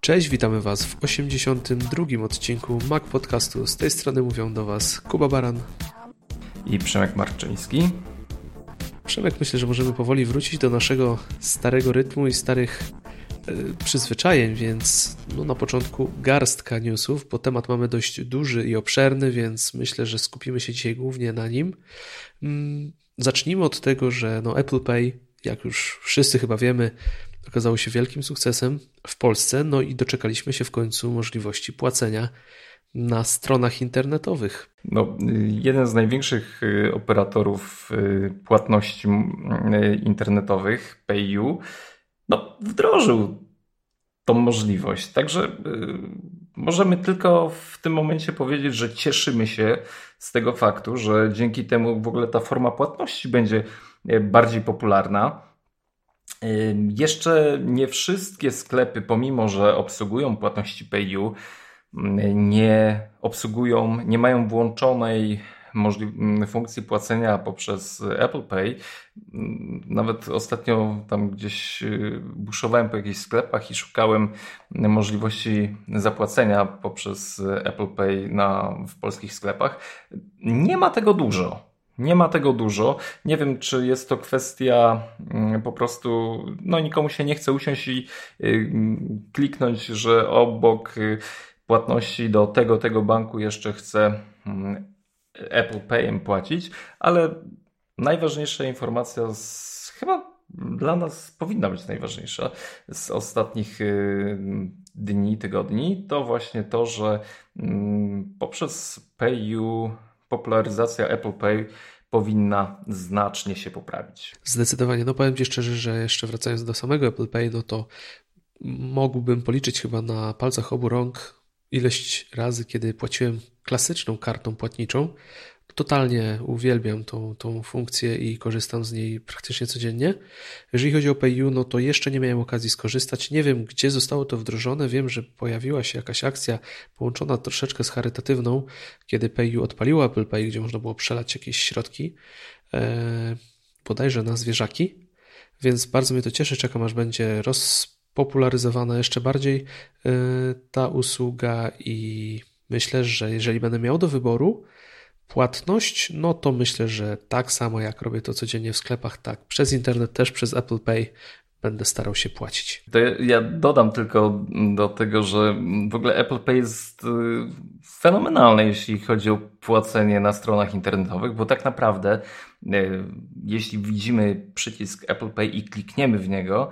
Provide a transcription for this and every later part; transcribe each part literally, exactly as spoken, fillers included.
Cześć, witamy Was w osiemdziesiątym drugim odcinku Mac Podcastu. Z tej strony mówią do Was Kuba Baran i Przemek Marczyński. Przemek, myślę, że możemy powoli wrócić do naszego starego rytmu i starych yy, przyzwyczajeń, więc no, na początku garstka newsów, bo temat mamy dość duży i obszerny, więc myślę, że skupimy się dzisiaj głównie na nim. Yy, zacznijmy od tego, że no, Apple Pay, jak już wszyscy chyba wiemy, okazało się wielkim sukcesem w Polsce, no i doczekaliśmy się w końcu możliwości płacenia na stronach internetowych. No, jeden z największych operatorów płatności internetowych, PayU, no, wdrożył tą możliwość. Także możemy tylko w tym momencie powiedzieć, że cieszymy się z tego faktu, że dzięki temu w ogóle ta forma płatności będzie bardziej popularna. Jeszcze nie wszystkie sklepy, pomimo że obsługują płatności PayU, nie obsługują, nie mają włączonej możli- funkcji płacenia poprzez Apple Pay. Nawet ostatnio tam gdzieś buszowałem po jakichś sklepach i szukałem możliwości zapłacenia poprzez Apple Pay na, w polskich sklepach. Nie ma tego dużo. Nie ma tego dużo. Nie wiem, czy jest to kwestia po prostu, no nikomu się nie chce usiąść i kliknąć, że obok płatności do tego, tego banku jeszcze chce Apple Payem płacić, ale najważniejsza informacja z, chyba dla nas powinna być najważniejsza z ostatnich dni, tygodni, to właśnie to, że poprzez PayU popularyzacja Apple Pay powinna znacznie się poprawić. Zdecydowanie. No powiem Ci szczerze, że jeszcze wracając do samego Apple Pay, no to mógłbym policzyć chyba na palcach obu rąk ilość razy, kiedy płaciłem klasyczną kartą płatniczą. Totalnie uwielbiam tą, tą funkcję i korzystam z niej praktycznie codziennie. Jeżeli chodzi o PayU, no to jeszcze nie miałem okazji skorzystać. Nie wiem, gdzie zostało to wdrożone. Wiem, że pojawiła się jakaś akcja połączona troszeczkę z charytatywną, kiedy PayU odpaliło Apple Pay, gdzie można było przelać jakieś środki, e, bodajże na zwierzaki. Więc bardzo mnie to cieszy. Czekam, aż będzie rozpopularyzowana jeszcze bardziej e, ta usługa i myślę, że jeżeli będę miał do wyboru płatność, no to myślę, że tak samo jak robię to codziennie w sklepach, tak przez internet, też przez Apple Pay będę starał się płacić. To ja dodam tylko do tego, że w ogóle Apple Pay jest fenomenalne, jeśli chodzi o płacenie na stronach internetowych, bo tak naprawdę jeśli widzimy przycisk Apple Pay i klikniemy w niego,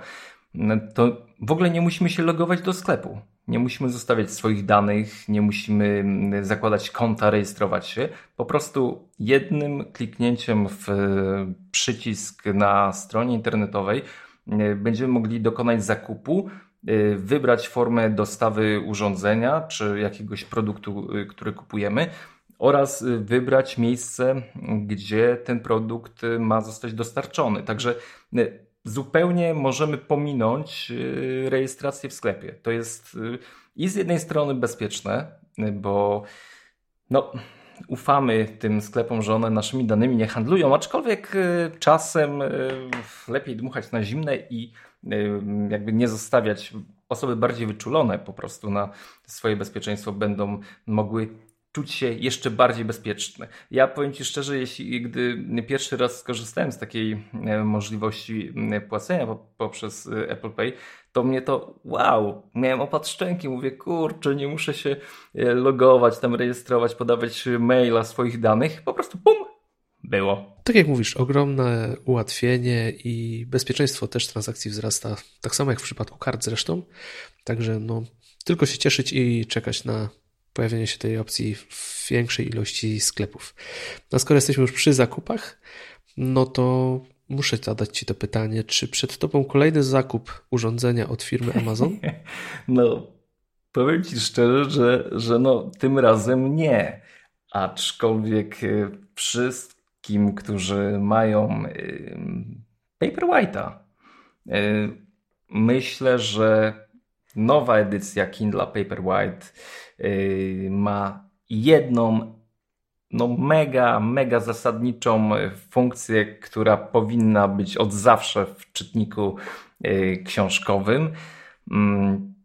to w ogóle nie musimy się logować do sklepu. Nie musimy zostawiać swoich danych, nie musimy zakładać konta, rejestrować się. Po prostu jednym kliknięciem w przycisk na stronie internetowej będziemy mogli dokonać zakupu, wybrać formę dostawy urządzenia czy jakiegoś produktu, który kupujemy oraz wybrać miejsce, gdzie ten produkt ma zostać dostarczony. Także zupełnie możemy pominąć rejestrację w sklepie. To jest i z jednej strony bezpieczne, bo no, ufamy tym sklepom, że one naszymi danymi nie handlują, aczkolwiek czasem lepiej dmuchać na zimne i jakby nie zostawiać. Osoby bardziej wyczulone po prostu na swoje bezpieczeństwo będą mogły czuć się jeszcze bardziej bezpieczne. Ja powiem Ci szczerze, jeśli gdy pierwszy raz skorzystałem z takiej możliwości płacenia poprzez Apple Pay, to mnie to wow, miałem opad szczęki, mówię kurczę, nie muszę się logować, tam rejestrować, podawać maila swoich danych, po prostu pum, było. Tak jak mówisz, ogromne ułatwienie i bezpieczeństwo też transakcji wzrasta, tak samo jak w przypadku kart zresztą, także no tylko się cieszyć i czekać na pojawienie się tej opcji w większej ilości sklepów. No skoro jesteśmy już przy zakupach, no to muszę zadać Ci to pytanie, czy przed Tobą kolejny zakup urządzenia od firmy Amazon? No, powiem Ci szczerze, że, że no, tym razem nie. Aczkolwiek wszystkim, którzy mają Paperwhite'a, myślę, że nowa edycja Kindle Paperwhite ma jedną no mega, mega zasadniczą funkcję, która powinna być od zawsze w czytniku książkowym.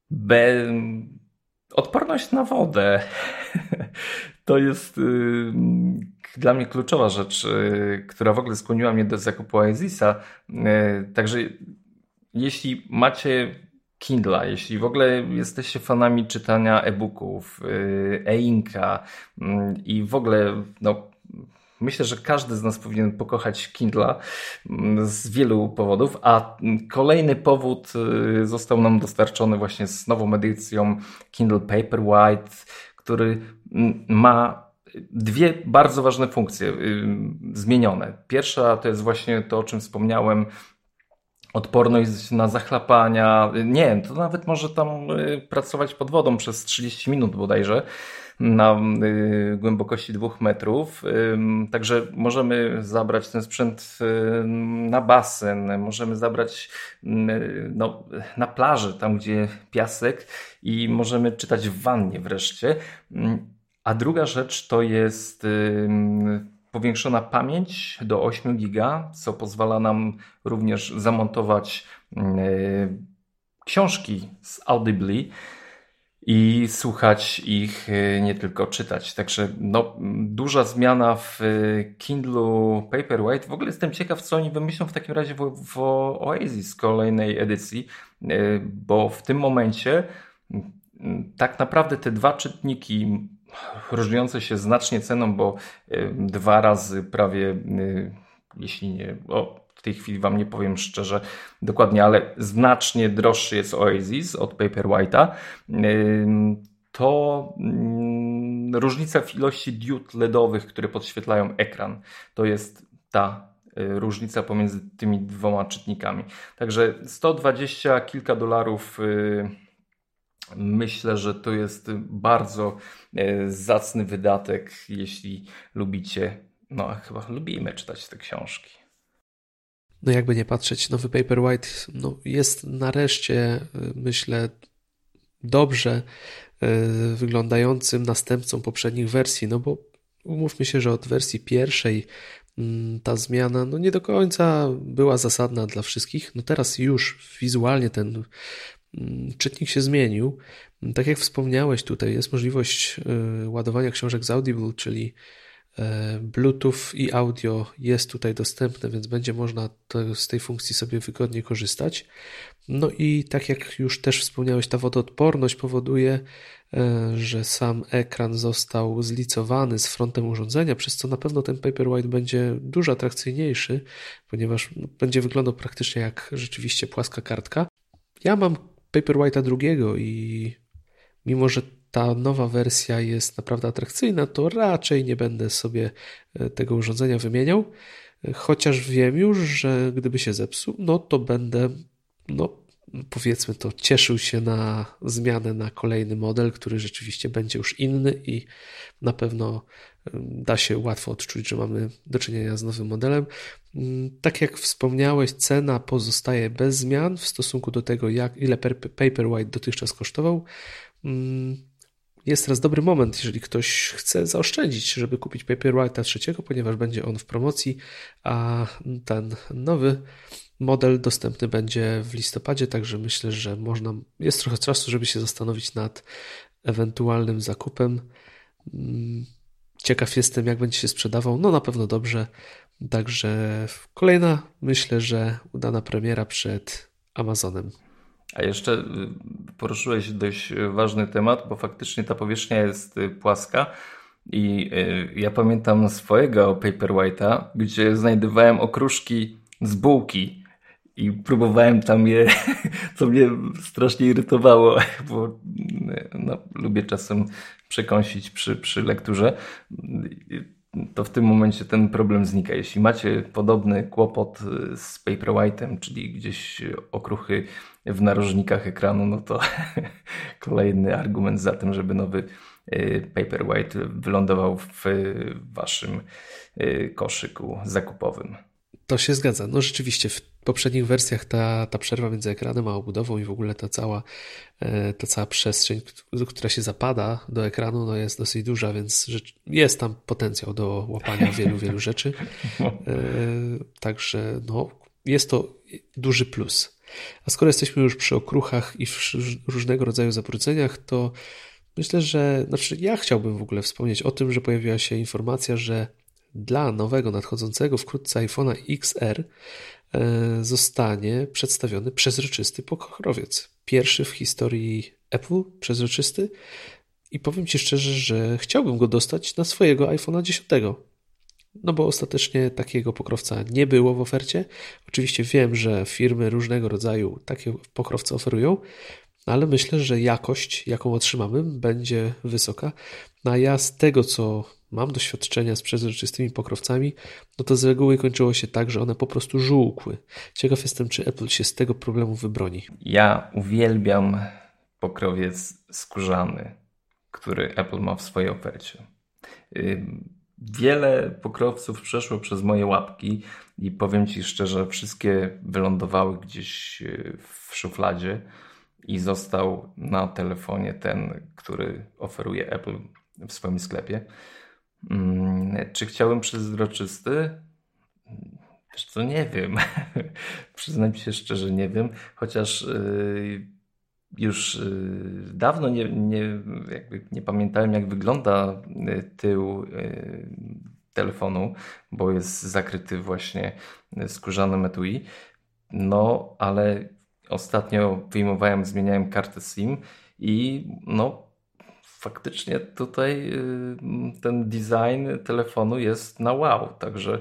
Be... Odporność na wodę. To jest yy, dla mnie kluczowa rzecz, yy, która w ogóle skłoniła mnie do zakupu Oasisa. Yy, także jeśli macie Kindla, jeśli w ogóle jesteście fanami czytania e-booków, yy, e-inka yy, i w ogóle no, myślę, że każdy z nas powinien pokochać Kindla z wielu powodów, a kolejny powód został nam dostarczony właśnie z nową edycją Kindle Paperwhite, który ma dwie bardzo ważne funkcje zmienione. Pierwsza to jest właśnie to, o czym wspomniałem, odporność na zachlapania. Nie wiem, to nawet może tam pracować pod wodą przez trzydzieści minut bodajże na y, głębokości dwóch metrów. Y, także możemy zabrać ten sprzęt y, na basen, możemy zabrać y, no, na plaży, tam gdzie piasek i możemy czytać w wannie wreszcie. Y, a druga rzecz to jest y, powiększona pamięć do ośmiu giga, co pozwala nam również zamontować y, książki z Audibly i słuchać ich, nie tylko czytać. Także no, duża zmiana w Kindlu Paperwhite. W ogóle jestem ciekaw, co oni wymyślą w takim razie w, w Oasis kolejnej edycji, bo w tym momencie tak naprawdę te dwa czytniki różniące się znacznie ceną, bo dwa razy prawie, jeśli nie... O, w tej chwili wam nie powiem szczerze dokładnie, ale znacznie droższy jest Oasis od Paperwhite'a, to różnica w ilości diod LEDowych, które podświetlają ekran, to jest ta różnica pomiędzy tymi dwoma czytnikami. Także sto dwadzieścia kilka dolarów, myślę, że to jest bardzo zacny wydatek, jeśli lubicie, no chyba lubimy czytać te książki. No jakby nie patrzeć, nowy Paperwhite no jest nareszcie, myślę, dobrze wyglądającym następcą poprzednich wersji, no bo umówmy się, że od wersji pierwszej ta zmiana no nie do końca była zasadna dla wszystkich. No teraz już wizualnie ten czytnik się zmienił. Tak jak wspomniałeś, tutaj jest możliwość ładowania książek z Audible, czyli Bluetooth i audio jest tutaj dostępne, więc będzie można to, z tej funkcji sobie wygodnie korzystać. No i tak jak już też wspomniałeś, ta wodoodporność powoduje, że sam ekran został zlicowany z frontem urządzenia, przez co na pewno ten Paperwhite będzie dużo atrakcyjniejszy, ponieważ będzie wyglądał praktycznie jak rzeczywiście płaska kartka. Ja mam Paperwhite'a drugiego i mimo, że ta nowa wersja jest naprawdę atrakcyjna, to raczej nie będę sobie tego urządzenia wymieniał, chociaż wiem już, że gdyby się zepsuł, no to będę, no powiedzmy to, cieszył się na zmianę na kolejny model, który rzeczywiście będzie już inny i na pewno da się łatwo odczuć, że mamy do czynienia z nowym modelem. Tak jak wspomniałeś, cena pozostaje bez zmian w stosunku do tego, jak ile Paperwhite dotychczas kosztował. Jest teraz dobry moment, jeżeli ktoś chce zaoszczędzić, żeby kupić Paperwhite'a trzeciego, ponieważ będzie on w promocji, a ten nowy model dostępny będzie w listopadzie, także myślę, że można, jest trochę czasu, żeby się zastanowić nad ewentualnym zakupem. Ciekaw jestem, jak będzie się sprzedawał. No na pewno dobrze. Także kolejna, myślę, że udana premiera przed Amazonem. A jeszcze poruszyłeś dość ważny temat, bo faktycznie ta powierzchnia jest płaska i ja pamiętam swojego Paperwhite'a, gdzie znajdowałem okruszki z bułki i próbowałem tam je, co mnie strasznie irytowało, bo no, lubię czasem przekąsić przy, przy lekturze. To w tym momencie ten problem znika. Jeśli macie podobny kłopot z Paperwhite'em, czyli gdzieś okruchy w narożnikach ekranu, no to kolejny argument za tym, żeby nowy Paperwhite wylądował w waszym koszyku zakupowym. To się zgadza. No rzeczywiście w poprzednich wersjach ta, ta przerwa między ekranem a obudową i w ogóle ta cała, ta cała przestrzeń, która się zapada do ekranu, no jest dosyć duża, więc jest tam potencjał do łapania wielu, wielu rzeczy. Także no, jest to duży plus. A skoro jesteśmy już przy okruchach i w różnego rodzaju zabrudzeniach, to myślę, że znaczy ja chciałbym w ogóle wspomnieć o tym, że pojawiła się informacja, że dla nowego, nadchodzącego wkrótce iPhone'a X R zostanie przedstawiony przezroczysty pokrowiec. Pierwszy w historii Apple przezroczysty i powiem Ci szczerze, że chciałbym go dostać na swojego iPhone'a dziesiątego. No bo ostatecznie takiego pokrowca nie było w ofercie. Oczywiście wiem, że firmy różnego rodzaju takie pokrowce oferują, ale myślę, że jakość, jaką otrzymamy, będzie wysoka. No a ja z tego, co mam doświadczenia z przezroczystymi pokrowcami, no to z reguły kończyło się tak, że one po prostu żółkły. Ciekaw jestem, czy Apple się z tego problemu wybroni. Ja uwielbiam pokrowiec skórzany, który Apple ma w swojej ofercie. Wiele pokrowców przeszło przez moje łapki i powiem Ci szczerze, wszystkie wylądowały gdzieś w szufladzie i został na telefonie ten, który oferuje Apple w swoim sklepie. Czy chciałem przezroczysty? Wiesz co, nie wiem. Przyznam się szczerze, nie wiem. Chociaż yy, już yy, dawno nie, nie, jakby nie pamiętałem, jak wygląda tył yy, telefonu, bo jest zakryty właśnie skórzanym etui. No, ale ostatnio wyjmowałem, zmieniałem kartę SIM i no faktycznie tutaj ten design telefonu jest na wow, także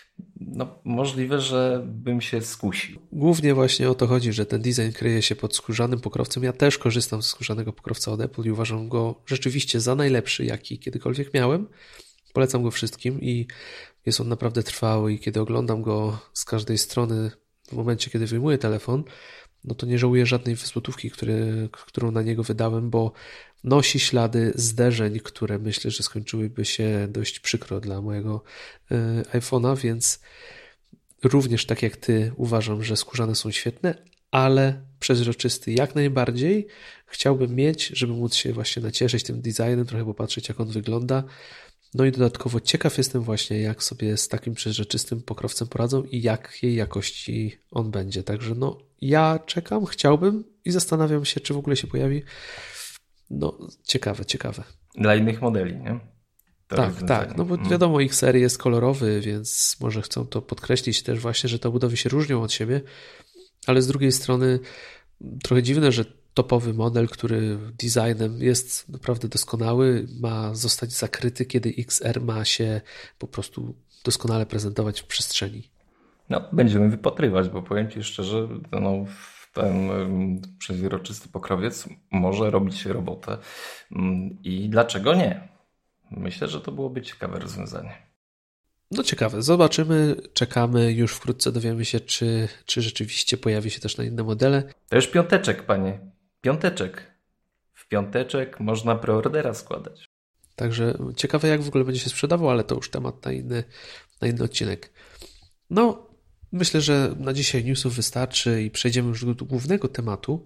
no, możliwe, że bym się skusił. Głównie właśnie o to chodzi, że ten design kryje się pod skórzanym pokrowcem. Ja też korzystam ze skórzanego pokrowca od Apple i uważam go rzeczywiście za najlepszy, jaki kiedykolwiek miałem. Polecam go wszystkim i jest on naprawdę trwały i kiedy oglądam go z każdej strony w momencie, kiedy wyjmuję telefon, no to nie żałuję żadnej złotówki, który, którą na niego wydałem, bo nosi ślady zderzeń, które myślę, że skończyłyby się dość przykro dla mojego y, iPhone'a, więc również tak jak Ty uważam, że skórzane są świetne, ale przezroczysty jak najbardziej chciałbym mieć, żeby móc się właśnie nacieszyć tym designem, trochę popatrzeć jak on wygląda. No i dodatkowo ciekaw jestem właśnie, jak sobie z takim przezroczystym pokrowcem poradzą i jakiej jakości on będzie. Także no, ja czekam, chciałbym i zastanawiam się, czy w ogóle się pojawi. No, ciekawe, ciekawe. Dla innych modeli, nie? To tak, tak, no bo wiadomo, X R jest kolorowy, więc może chcą to podkreślić też właśnie, że te obudowy się różnią od siebie, ale z drugiej strony trochę dziwne, że topowy model, który designem jest naprawdę doskonały, ma zostać zakryty, kiedy X R ma się po prostu doskonale prezentować w przestrzeni. No, będziemy wypatrywać, bo powiem Ci szczerze, no, ten przezroczysty pokrowiec może robić robotę i dlaczego nie? Myślę, że to byłoby ciekawe rozwiązanie. No ciekawe, zobaczymy, czekamy, już wkrótce dowiemy się, czy, czy rzeczywiście pojawi się też na inne modele. To już piąteczek, panie. Piąteczek. W piąteczek można preordera składać. Także ciekawe, jak w ogóle będzie się sprzedawał, ale to już temat na inny, na inny odcinek. No, myślę, że na dzisiaj newsów wystarczy i przejdziemy już do głównego tematu.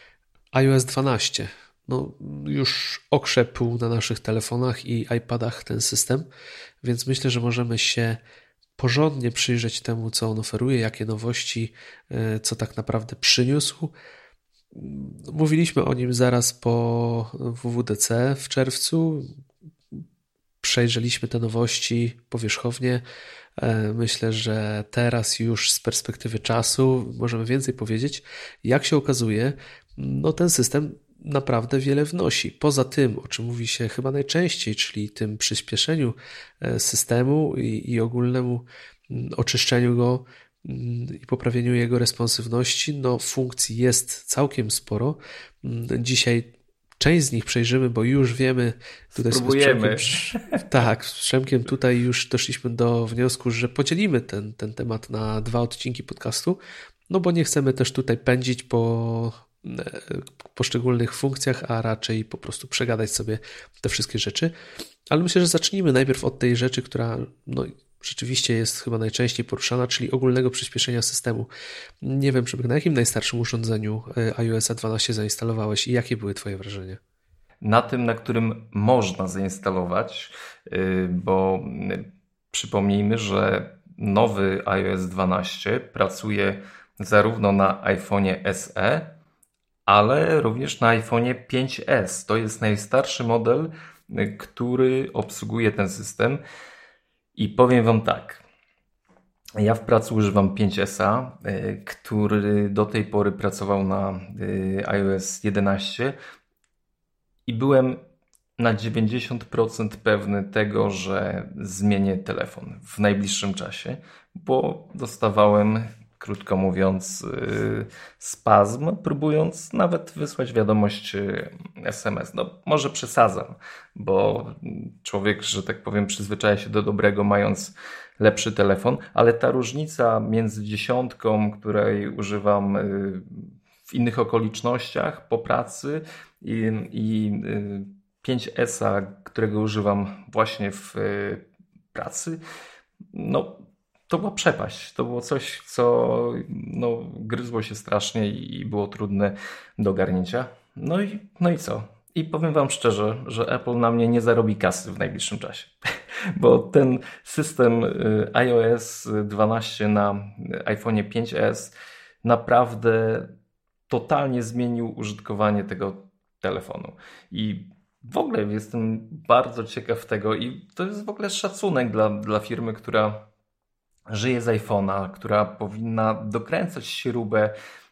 iOS dwanaście. No, już okrzepł na naszych telefonach i iPadach ten system, więc myślę, że możemy się porządnie przyjrzeć temu, co on oferuje, jakie nowości, co tak naprawdę przyniósł. Mówiliśmy o nim zaraz po W W D C w czerwcu. Przejrzeliśmy te nowości powierzchownie. Myślę, że teraz już z perspektywy czasu możemy więcej powiedzieć. Jak się okazuje, no ten system naprawdę wiele wnosi. Poza tym, o czym mówi się chyba najczęściej, czyli tym przyspieszeniu systemu i, i ogólnemu oczyszczeniu go i poprawieniu jego responsywności, no funkcji jest całkiem sporo. Dzisiaj część z nich przejrzymy, bo już wiemy, tutaj Spróbujemy. Z Przemkiem, tak, z Przemkiem tutaj już doszliśmy do wniosku, że podzielimy ten, ten temat na dwa odcinki podcastu, no bo nie chcemy też tutaj pędzić po poszczególnych funkcjach, a raczej po prostu przegadać sobie te wszystkie rzeczy. Ale myślę, że zacznijmy najpierw od tej rzeczy, która no, rzeczywiście jest chyba najczęściej poruszana, czyli ogólnego przyspieszenia systemu. Nie wiem, Przemek, na jakim najstarszym urządzeniu iOS dwanaście zainstalowałeś i jakie były Twoje wrażenia? Na tym, na którym można zainstalować, bo przypomnijmy, że nowy iOS dwanaście pracuje zarówno na iPhone'ie S E, ale również na iPhone'ie pięć S. To jest najstarszy model, który obsługuje ten system. I powiem Wam tak. Ja w pracy używam pięć S a, który do tej pory pracował na iOS jedenaście i byłem na dziewięćdziesiąt procent pewny tego, że zmienię telefon w najbliższym czasie, bo dostawałem, krótko mówiąc, spazm, próbując nawet wysłać wiadomość S M S. No, może przesadzam, bo człowiek, że tak powiem, przyzwyczaja się do dobrego, mając lepszy telefon, ale ta różnica między dziesiątką, której używam w innych okolicznościach po pracy i, i pięć S a, którego używam właśnie w pracy, no to była przepaść. To było coś, co no, gryzło się strasznie i było trudne do ogarnięcia. No i, no i co? I powiem Wam szczerze, że Apple na mnie nie zarobi kasy w najbliższym czasie. Bo ten system iOS dwanaście na iPhone'ie pięć S naprawdę totalnie zmienił użytkowanie tego telefonu. I w ogóle jestem bardzo ciekaw tego i to jest w ogóle szacunek dla, dla firmy, która żyje z iPhone'a, która powinna dokręcać śrubę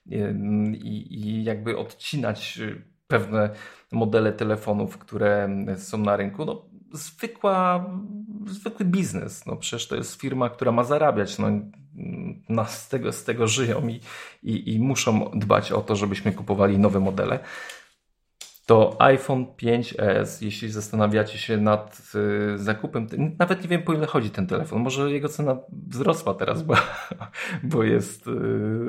i, i jakby odcinać pewne modele telefonów, które są na rynku. No, zwykła, zwykły biznes. No, przecież to jest firma, która ma zarabiać. No, no, z, tego, z tego żyją i, i, i muszą dbać o to, żebyśmy kupowali nowe modele. To iPhone pięć S, jeśli zastanawiacie się nad y, zakupem, nawet nie wiem, po ile chodzi ten telefon. Może jego cena wzrosła teraz, bo, bo jest y,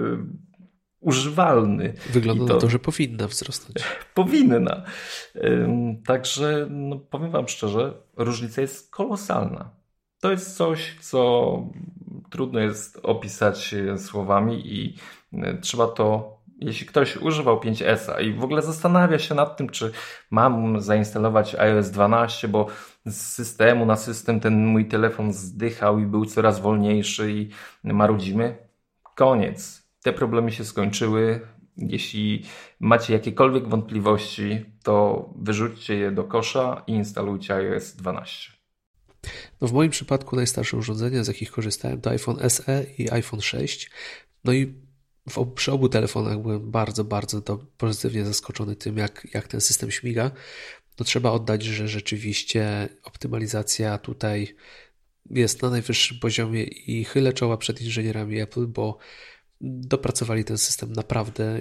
używalny. Wygląda to, na to, że powinna wzrosnąć. Powinna. Y, także no, powiem Wam szczerze, różnica jest kolosalna. To jest coś, co trudno jest opisać słowami i y, trzeba to. Jeśli ktoś używał pięć S a i w ogóle zastanawia się nad tym, czy mam zainstalować iOS dwanaście, bo z systemu na system ten mój telefon zdychał i był coraz wolniejszy i marudzimy, koniec. Te problemy się skończyły. Jeśli macie jakiekolwiek wątpliwości, to wyrzućcie je do kosza i instalujcie iOS dwanaście. No w moim przypadku najstarsze urządzenia, z jakich korzystałem, to iPhone S E i iPhone sześć. No i W, przy obu telefonach byłem bardzo, bardzo to pozytywnie zaskoczony tym, jak, jak ten system śmiga. No trzeba oddać, że rzeczywiście optymalizacja tutaj jest na najwyższym poziomie i chylę czoła przed inżynierami Apple, bo dopracowali ten system naprawdę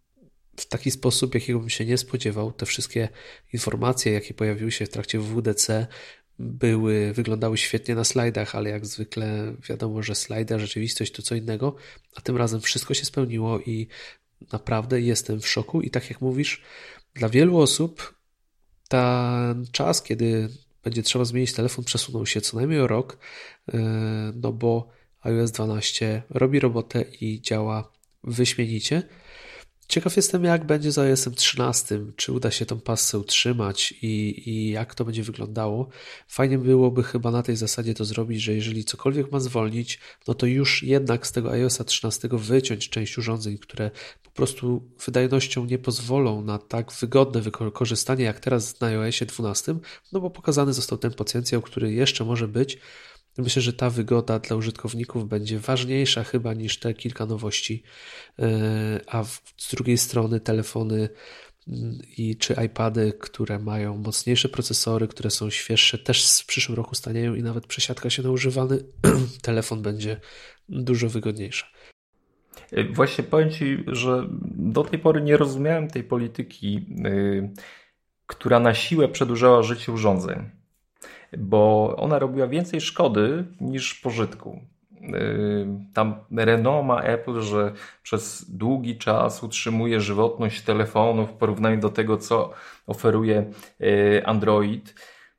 w taki sposób, jakiego bym się nie spodziewał. Te wszystkie informacje, jakie pojawiły się w trakcie W D C, były, wyglądały świetnie na slajdach, ale jak zwykle wiadomo, że slajdy, a rzeczywistość to co innego, a tym razem wszystko się spełniło i naprawdę jestem w szoku i tak jak mówisz, dla wielu osób ten czas, kiedy będzie trzeba zmienić telefon, przesunął się co najmniej o rok, no bo iOS dwanaście robi robotę i działa wyśmienicie. Ciekaw jestem, jak będzie z iOS trzynastym, czy uda się tą passę utrzymać i, i jak to będzie wyglądało. Fajnie byłoby chyba na tej zasadzie to zrobić, że jeżeli cokolwiek ma zwolnić, no to już jednak z tego iOS trzynastego wyciąć część urządzeń, które po prostu wydajnością nie pozwolą na tak wygodne wykorzystanie jak teraz na iOSie dwunastym, no bo pokazany został ten potencjał, który jeszcze może być. Myślę, że ta wygoda dla użytkowników będzie ważniejsza chyba niż te kilka nowości, a z drugiej strony telefony i czy iPady, które mają mocniejsze procesory, które są świeższe, też w przyszłym roku stanieją i nawet przesiadka się na używany telefon będzie dużo wygodniejsza. Właśnie powiem Ci, że do tej pory nie rozumiałem tej polityki, yy, która na siłę przedłużała życie urządzeń, bo ona robiła więcej szkody niż pożytku. Tam renoma Apple, że przez długi czas utrzymuje żywotność telefonu w porównaniu do tego, co oferuje Android,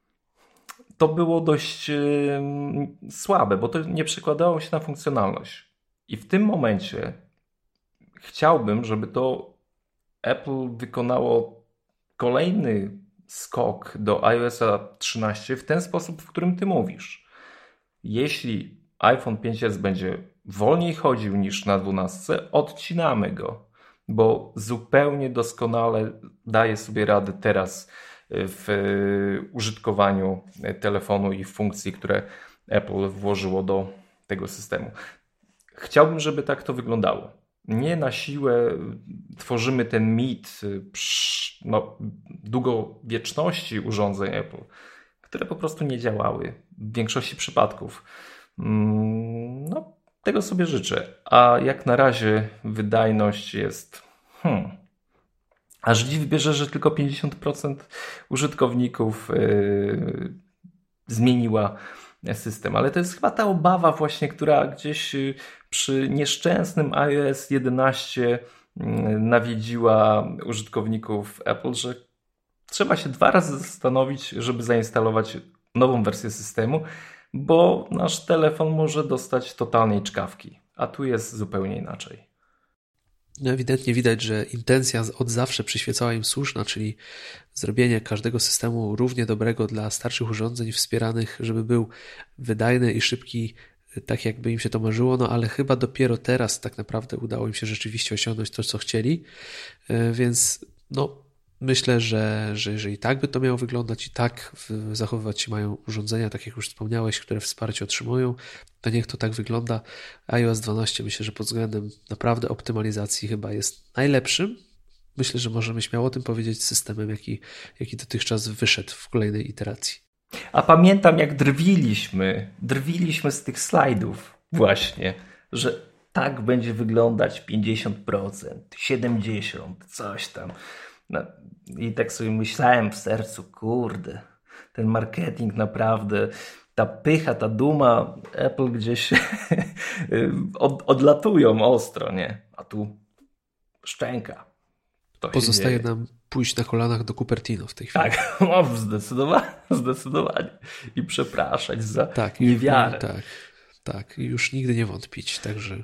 to było dość słabe, bo to nie przekładało się na funkcjonalność. I w tym momencie chciałbym, żeby to Apple wykonało kolejny skok do iOS trzynaście w ten sposób, w którym Ty mówisz. Jeśli iPhone pięć S będzie wolniej chodził niż na dwunastce, odcinamy go, bo zupełnie doskonale daje sobie radę teraz w użytkowaniu telefonu i funkcji, które Apple włożyło do tego systemu. Chciałbym, żeby tak to wyglądało. Nie na siłę tworzymy ten mit no, długowieczności urządzeń Apple, które po prostu nie działały w większości przypadków. No, tego sobie życzę. A jak na razie wydajność jest... Hmm, aż dziw bierze, że tylko pięćdziesiąt procent użytkowników yy, zmieniła system. Ale to jest chyba ta obawa właśnie, która gdzieś przy nieszczęsnym iOS jedenaście nawiedziła użytkowników Apple, że trzeba się dwa razy zastanowić, żeby zainstalować nową wersję systemu, bo nasz telefon może dostać totalnej czkawki, a tu jest zupełnie inaczej. No ewidentnie widać, że intencja od zawsze przyświecała im słuszna, czyli zrobienie każdego systemu równie dobrego dla starszych urządzeń wspieranych, żeby był wydajny i szybki, tak jakby im się to marzyło, no ale chyba dopiero teraz tak naprawdę udało im się rzeczywiście osiągnąć to, co chcieli, więc no myślę, że, że, że i tak by to miało wyglądać, i tak zachowywać się mają urządzenia, tak jak już wspomniałeś, które wsparcie otrzymują, to niech to tak wygląda. iOS dwanaście myślę, że pod względem naprawdę optymalizacji chyba jest najlepszym. Myślę, że możemy śmiało o tym powiedzieć, systemem, jaki, jaki dotychczas wyszedł w kolejnej iteracji. A pamiętam, jak drwiliśmy, drwiliśmy z tych slajdów właśnie, że tak będzie wyglądać pięćdziesiąt procent, siedemdziesiąt procent, coś tam. No, i tak sobie myślałem w sercu, kurde, ten marketing naprawdę, ta pycha, ta duma, Apple gdzieś od, odlatują ostro, nie? A tu szczęka. To pozostaje nam pójść na kolanach do Cupertino w tej chwili. Tak, no, zdecydowanie, zdecydowanie. I przepraszać za tak, niewiarę. I, tak, tak. I już nigdy nie wątpić, także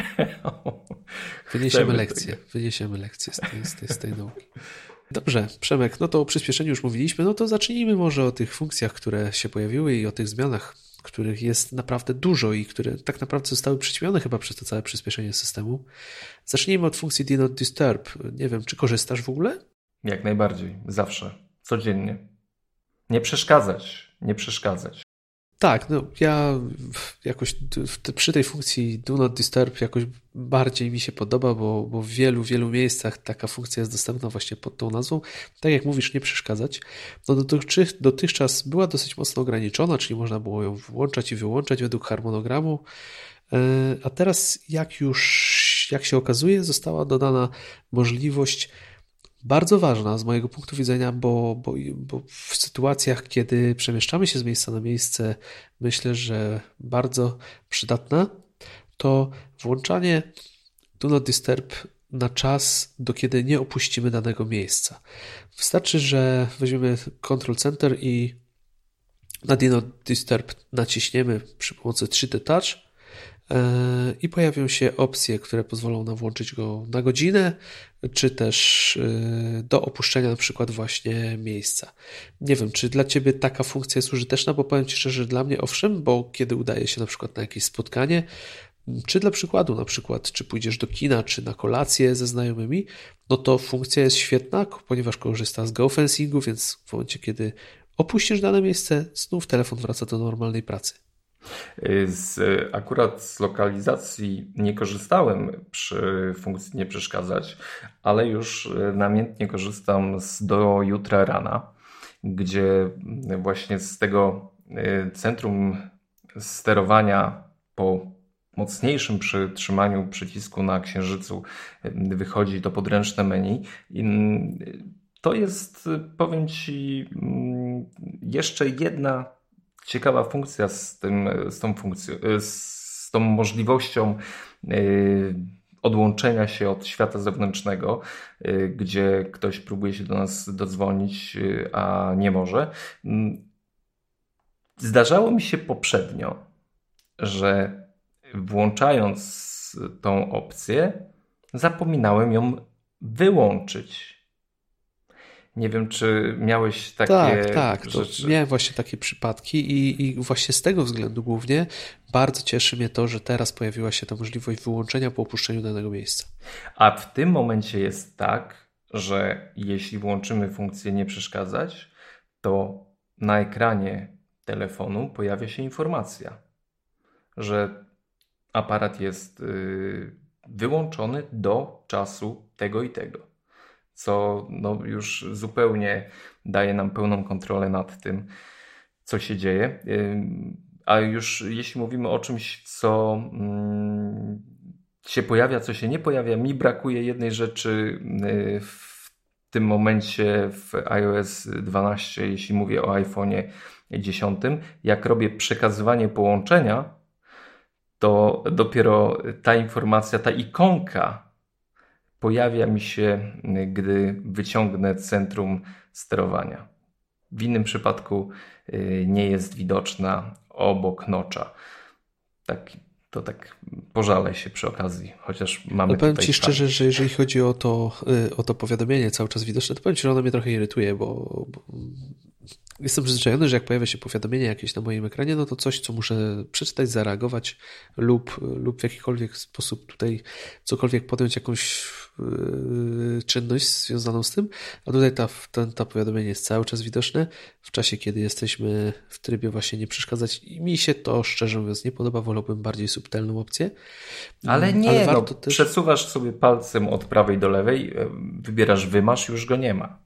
wyniesiemy lekcję, tego. wyniesiemy lekcję z tej, z tej, z tej nauki. Dobrze, Przemek, no to o przyspieszeniu już mówiliśmy, no to zacznijmy może o tych funkcjach, które się pojawiły i o tych zmianach, których jest naprawdę dużo i które tak naprawdę zostały przyćmione chyba przez to całe przyspieszenie systemu. Zacznijmy od funkcji Do Not Disturb. Nie wiem, czy korzystasz w ogóle? Jak najbardziej, zawsze, codziennie. Nie przeszkadzać, nie przeszkadzać. Tak, no ja jakoś przy tej funkcji Do Not Disturb jakoś bardziej mi się podoba, bo, bo w wielu, wielu miejscach taka funkcja jest dostępna właśnie pod tą nazwą. Tak jak mówisz, nie przeszkadzać. No dotychczas, dotychczas była dosyć mocno ograniczona, czyli można było ją włączać i wyłączać według harmonogramu, a teraz jak już, jak się okazuje, została dodana możliwość bardzo ważna z mojego punktu widzenia, bo, bo, bo w sytuacjach, kiedy przemieszczamy się z miejsca na miejsce, myślę, że bardzo przydatna, to włączanie Do Not Disturb na czas, do kiedy nie opuścimy danego miejsca. Wystarczy, że weźmiemy Control Center i na Do Not Disturb naciśniemy przy pomocy trzy D Touch i pojawią się opcje, które pozwolą nam włączyć go na godzinę, czy też do opuszczenia na przykład właśnie miejsca. Nie wiem, czy dla Ciebie taka funkcja jest użyteczna, bo powiem Ci szczerze, że dla mnie owszem, bo kiedy udaje się na przykład na jakieś spotkanie, czy dla przykładu na przykład, czy pójdziesz do kina, czy na kolację ze znajomymi, no to funkcja jest świetna, ponieważ korzysta z geofencingu, więc w momencie, kiedy opuścisz dane miejsce, znów telefon wraca do normalnej pracy. Z, akurat z lokalizacji nie korzystałem przy funkcji nie przeszkadzać, ale już namiętnie korzystam z do jutra rana, gdzie właśnie z tego centrum sterowania po mocniejszym przytrzymaniu przycisku na księżycu wychodzi to podręczne menu. I to jest, powiem Ci, jeszcze jedna ciekawa funkcja z, tym, z, tą, funkcją, z tą możliwością odłączenia się od świata zewnętrznego, gdzie ktoś próbuje się do nas dodzwonić, a nie może. Zdarzało mi się poprzednio, że włączając tą opcję, zapominałem ją wyłączyć. Nie wiem, czy miałeś takie Tak, tak, to rzeczy. miałem właśnie takie przypadki i, i właśnie z tego względu głównie bardzo cieszy mnie to, że teraz pojawiła się ta możliwość wyłączenia po opuszczeniu danego miejsca. A w tym momencie jest tak, że jeśli włączymy funkcję nie przeszkadzać, to na ekranie telefonu pojawia się informacja, że aparat jest yy, wyłączony do czasu tego i tego, co no, już zupełnie daje nam pełną kontrolę nad tym, co się dzieje. Yy, a już jeśli mówimy o czymś, co yy, się pojawia, co się nie pojawia, mi brakuje jednej rzeczy yy, w tym momencie w iOS dwanaście, jeśli mówię o iPhone'ie dziesiątym. Jak robię przekazywanie połączenia, to dopiero ta informacja, ta ikonka pojawia mi się, gdy wyciągnę centrum sterowania. W innym przypadku nie jest widoczna obok notcha. Tak, to tak pożalę się przy okazji, chociaż mamy Ale powiem tutaj Ci szczerze, fakt. że jeżeli chodzi o to, o to powiadomienie cały czas widoczne, to powiem Ci, że ono mnie trochę irytuje, bo, bo jestem przyzwyczajony, że jak pojawia się powiadomienie jakieś na moim ekranie, no to coś, co muszę przeczytać, zareagować lub, lub w jakikolwiek sposób tutaj cokolwiek podjąć, jakąś yy, czynność związaną z tym, a tutaj ta, ten, to powiadomienie jest cały czas widoczne w czasie, kiedy jesteśmy w trybie właśnie nie przeszkadzać i mi się to szczerze mówiąc nie podoba, wolałbym bardziej subtelną opcję. Ale nie, Ale no, warto też... przesuwasz sobie palcem od prawej do lewej, wybierasz wymasz, już go nie ma.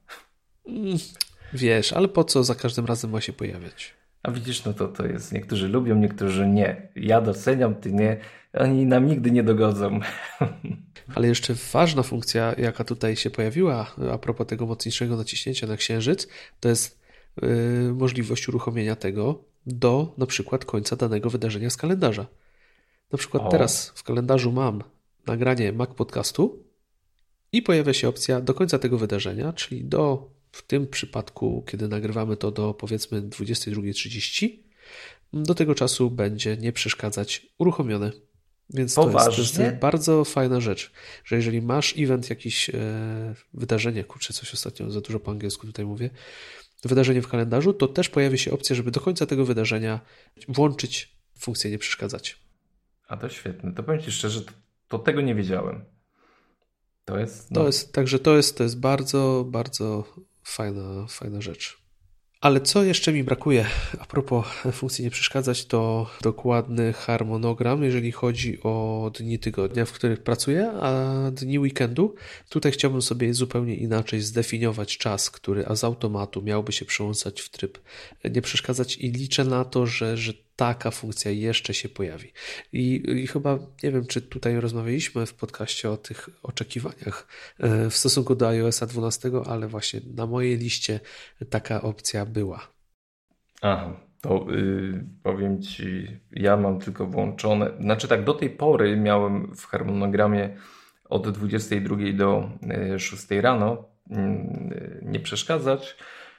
Wiesz, ale po co za każdym razem ma się pojawiać? A widzisz, no to to jest, niektórzy lubią, niektórzy nie. Ja doceniam, ty nie. Oni nam nigdy nie dogodzą. Ale jeszcze ważna funkcja, jaka tutaj się pojawiła a propos tego mocniejszego naciśnięcia na księżyc, to jest yy, możliwość uruchomienia tego do na przykład końca danego wydarzenia z kalendarza. Na przykład O. teraz w kalendarzu mam nagranie Mac Podcastu i pojawia się opcja do końca tego wydarzenia, czyli do w tym przypadku, kiedy nagrywamy to do powiedzmy dwudziestej drugiej trzydzieści, do tego czasu będzie nie przeszkadzać uruchomione. Więc to jest, to jest bardzo fajna rzecz, że jeżeli masz event, jakieś e, wydarzenie, kurczę, coś ostatnio za dużo po angielsku tutaj mówię, wydarzenie w kalendarzu, to też pojawi się opcja, żeby do końca tego wydarzenia włączyć funkcję nie przeszkadzać. A to świetne. To powiem Ci szczerze, to, to tego nie wiedziałem. To jest... No. To jest, także to jest, to jest bardzo, bardzo fajna, fajna rzecz. Ale co jeszcze mi brakuje a propos funkcji nie przeszkadzać, to dokładny harmonogram, jeżeli chodzi o dni tygodnia, w których pracuję, a dni weekendu. Tutaj chciałbym sobie zupełnie inaczej zdefiniować czas, który a z automatu miałby się przełączać w tryb nie przeszkadzać i liczę na to, że, że taka funkcja jeszcze się pojawi. I, I chyba, nie wiem, czy tutaj rozmawialiśmy w podcaście o tych oczekiwaniach w stosunku do iOS dwunastego, ale właśnie na mojej liście taka opcja była. Aha, to yy, powiem Ci, ja mam tylko włączone, znaczy tak, do tej pory miałem w harmonogramie od dwudziestej drugiej do szóstej rano yy, nie przeszkadzać,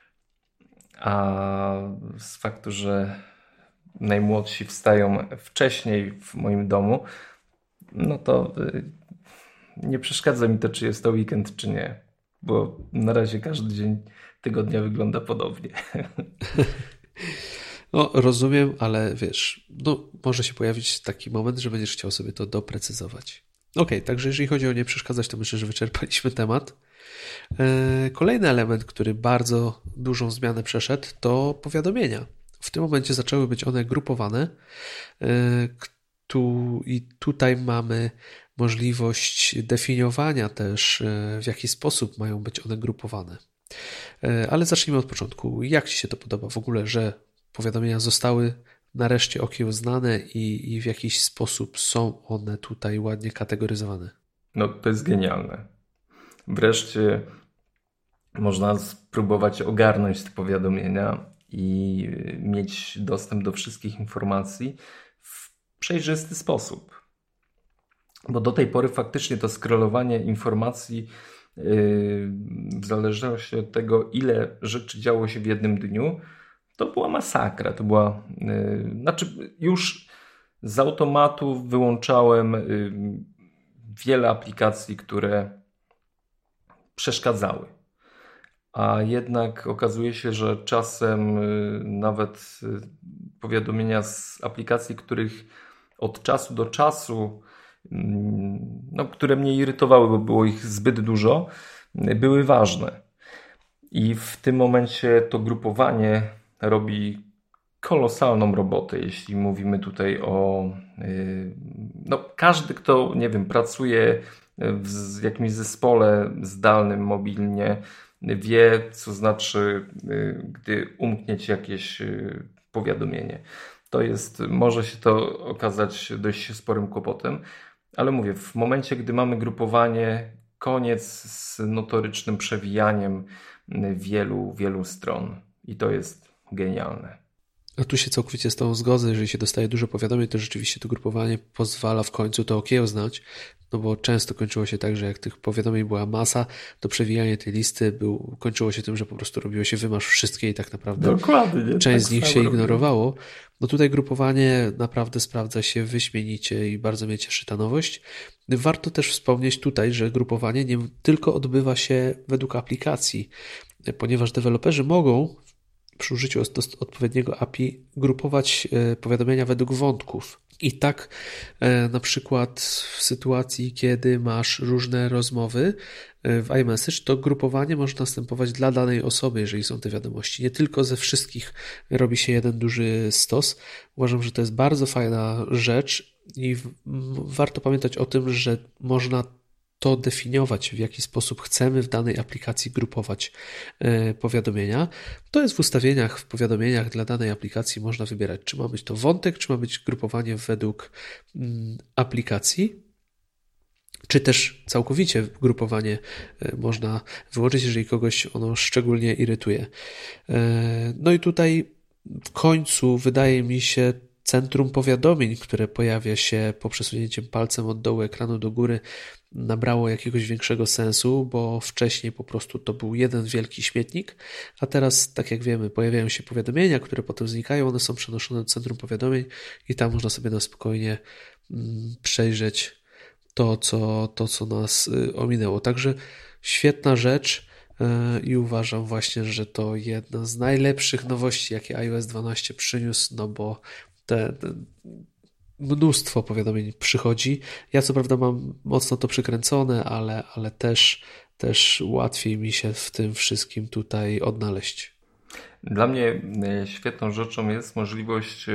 a z faktu, że najmłodsi wstają wcześniej w moim domu, no to yy, nie przeszkadza mi to, czy jest to weekend, czy nie, bo na razie każdy dzień tygodnia wygląda podobnie. No, rozumiem, ale wiesz, no, może się pojawić taki moment, że będziesz chciał sobie to doprecyzować. Ok, także jeżeli chodzi o nie przeszkadzać, to myślę, że wyczerpaliśmy temat. Kolejny element, który bardzo dużą zmianę przeszedł, to powiadomienia. W tym momencie zaczęły być one grupowane i tutaj mamy możliwość definiowania też, w jaki sposób mają być one grupowane. Ale zacznijmy od początku. Jak Ci się to podoba w ogóle, że powiadomienia zostały nareszcie okiełznane i, i w jakiś sposób są one tutaj ładnie kategoryzowane? No to jest genialne. Wreszcie można spróbować ogarnąć te powiadomienia i mieć dostęp do wszystkich informacji w przejrzysty sposób. Bo do tej pory faktycznie to scrollowanie informacji w zależności od tego, ile rzeczy działo się w jednym dniu, to była masakra. To była, yy, znaczy już z automatu wyłączałem yy, wiele aplikacji, które przeszkadzały. a jednak okazuje się, że czasem nawet powiadomienia z aplikacji, których od czasu do czasu, no, które mnie irytowały, bo było ich zbyt dużo, były ważne. I w tym momencie to grupowanie robi kolosalną robotę, jeśli mówimy tutaj o... No, każdy, kto, nie wiem, pracuje w jakimś zespole zdalnym, mobilnie, wie, co znaczy, gdy umknie ci jakieś powiadomienie. To jest, może się to okazać dość sporym kłopotem, ale mówię, w momencie, gdy mamy grupowanie, koniec z notorycznym przewijaniem wielu, wielu stron. I to jest genialne. A tu się całkowicie z tą zgodzę, jeżeli się dostaje dużo powiadomień, to rzeczywiście to grupowanie pozwala w końcu to okiełznać, no bo często kończyło się tak, że jak tych powiadomień była masa, to przewijanie tej listy był, kończyło się tym, że po prostu robiło się wymasz wszystkie i tak naprawdę Dokładnie, część tak z nich się robię. ignorowało. No tutaj grupowanie naprawdę sprawdza się wyśmienicie i bardzo mnie cieszy ta nowość. Warto też wspomnieć tutaj, że grupowanie nie tylko odbywa się według aplikacji, ponieważ deweloperzy mogą przy użyciu odpowiedniego A P I grupować powiadomienia według wątków. I tak na przykład w sytuacji, kiedy masz różne rozmowy w iMessage, to grupowanie może następować dla danej osoby, jeżeli są te wiadomości. Nie tylko ze wszystkich robi się jeden duży stos. Uważam, że to jest bardzo fajna rzecz i warto pamiętać o tym, że można to definiować, w jaki sposób chcemy w danej aplikacji grupować powiadomienia. To jest w ustawieniach, w powiadomieniach dla danej aplikacji można wybierać, czy ma być to wątek, czy ma być grupowanie według aplikacji, czy też całkowicie grupowanie można wyłączyć, jeżeli kogoś ono szczególnie irytuje. No i tutaj w końcu wydaje mi się centrum powiadomień, które pojawia się po przesunięciu palcem od dołu ekranu do góry, nabrało jakiegoś większego sensu, bo wcześniej po prostu to był jeden wielki śmietnik, a teraz, tak jak wiemy, pojawiają się powiadomienia, które potem znikają, one są przenoszone do centrum powiadomień i tam można sobie na spokojnie przejrzeć to, co, to, co nas ominęło. Także świetna rzecz i uważam właśnie, że to jedna z najlepszych nowości, jakie iOS dwanaście przyniósł, no bo te, te mnóstwo powiadomień przychodzi. Ja co prawda mam mocno to przykręcone, ale, ale też, też łatwiej mi się w tym wszystkim tutaj odnaleźć. Dla mnie świetną rzeczą jest możliwość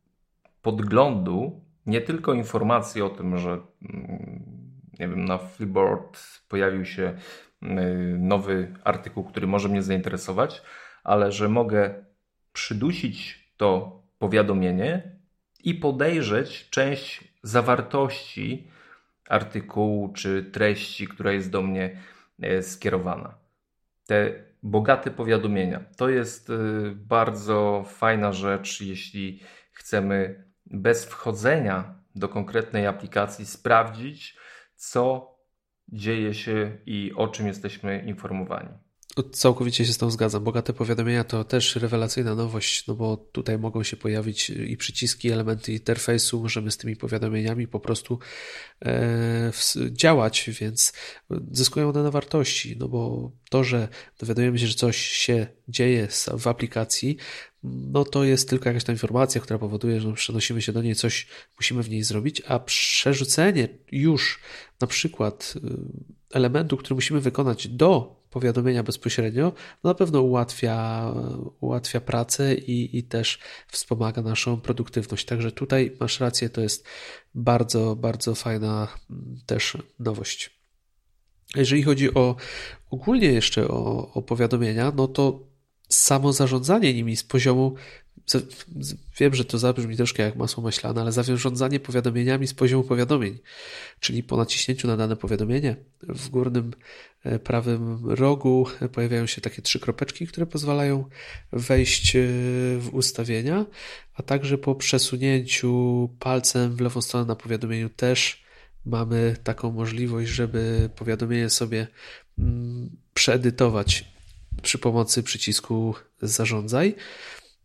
podglądu, nie tylko informacji o tym, że nie wiem, na Flipboard pojawił się nowy artykuł, który może mnie zainteresować, ale że mogę przydusić to powiadomienie i podejrzeć część zawartości artykułu czy treści, która jest do mnie skierowana. Te bogate powiadomienia to jest bardzo fajna rzecz, jeśli chcemy bez wchodzenia do konkretnej aplikacji sprawdzić, co dzieje się i o czym jesteśmy informowani. Całkowicie się z tą zgadzam. Bogate powiadomienia to też rewelacyjna nowość, no bo tutaj mogą się pojawić i przyciski, elementy interfejsu, możemy z tymi powiadomieniami po prostu e, działać, więc zyskują one na wartości, no bo to, że dowiadujemy się, że coś się dzieje w aplikacji, no to jest tylko jakaś tam informacja, która powoduje, że przenosimy się do niej, coś musimy w niej zrobić, a przerzucenie już na przykład elementu, który musimy wykonać do powiadomienia bezpośrednio, no na pewno ułatwia, ułatwia pracę i, i też wspomaga naszą produktywność. Także tutaj masz rację, to jest bardzo, bardzo fajna też nowość. Jeżeli chodzi o ogólnie jeszcze o, o powiadomienia, no to samo zarządzanie nimi z poziomu, wiem, że to zabrzmi troszkę jak masło maślane, ale zarządzanie powiadomieniami z poziomu powiadomień, czyli po naciśnięciu na dane powiadomienie w górnym prawym rogu pojawiają się takie trzy kropeczki, które pozwalają wejść w ustawienia, a także po przesunięciu palcem w lewą stronę na powiadomieniu też mamy taką możliwość, żeby powiadomienie sobie przeedytować przy pomocy przycisku zarządzaj.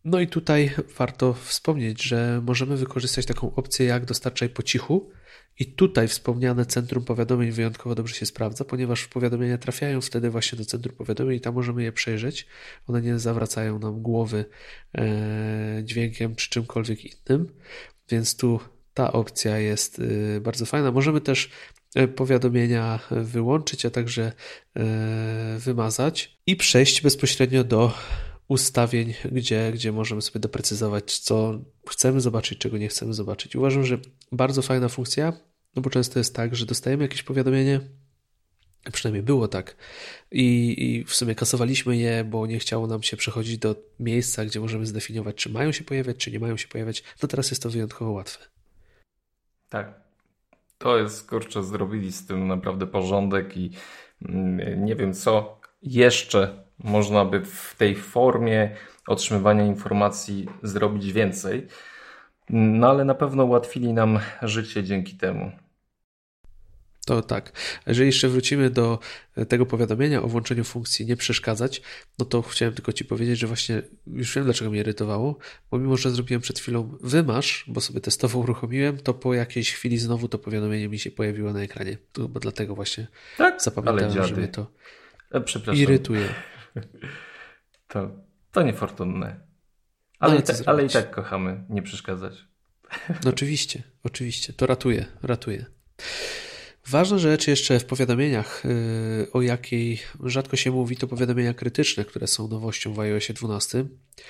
No i tutaj warto wspomnieć, że możemy wykorzystać taką opcję jak dostarczaj po cichu i tutaj wspomniane centrum powiadomień wyjątkowo dobrze się sprawdza, ponieważ powiadomienia trafiają wtedy właśnie do centrum powiadomień i tam możemy je przejrzeć. One nie zawracają nam głowy e, dźwiękiem czy czymkolwiek innym, więc tu ta opcja jest e, bardzo fajna. Możemy też powiadomienia wyłączyć, a także e, wymazać i przejść bezpośrednio do ustawień, gdzie, gdzie możemy sobie doprecyzować, co chcemy zobaczyć, czego nie chcemy zobaczyć. Uważam, że bardzo fajna funkcja, no bo często jest tak, że dostajemy jakieś powiadomienie, przynajmniej było tak, i, i w sumie kasowaliśmy je, bo nie chciało nam się przechodzić do miejsca, gdzie możemy zdefiniować, czy mają się pojawiać, czy nie mają się pojawiać. No teraz jest to wyjątkowo łatwe. Tak. To jest, kurczę, zrobili z tym naprawdę porządek i nie wiem, co jeszcze można by w tej formie otrzymywania informacji zrobić więcej, no ale na pewno ułatwili nam życie dzięki temu. To tak. Jeżeli jeszcze wrócimy do tego powiadomienia o włączeniu funkcji nie przeszkadzać, no to chciałem tylko Ci powiedzieć, że właśnie już wiem, dlaczego mnie irytowało, bo mimo, że zrobiłem przed chwilą wymasz, bo sobie testowo uruchomiłem, to po jakiejś chwili znowu to powiadomienie mi się pojawiło na ekranie. To chyba dlatego właśnie tak, zapamiętałem, że mnie to Przepraszam. irytuje. To, to niefortunne. Ale, ale, i ta, ale i tak kochamy nie przeszkadzać. No oczywiście, oczywiście. To ratuje, ratuje. Ważna rzecz jeszcze w powiadomieniach, o jakiej rzadko się mówi, to powiadomienia krytyczne, które są nowością w iOSie dwunastym.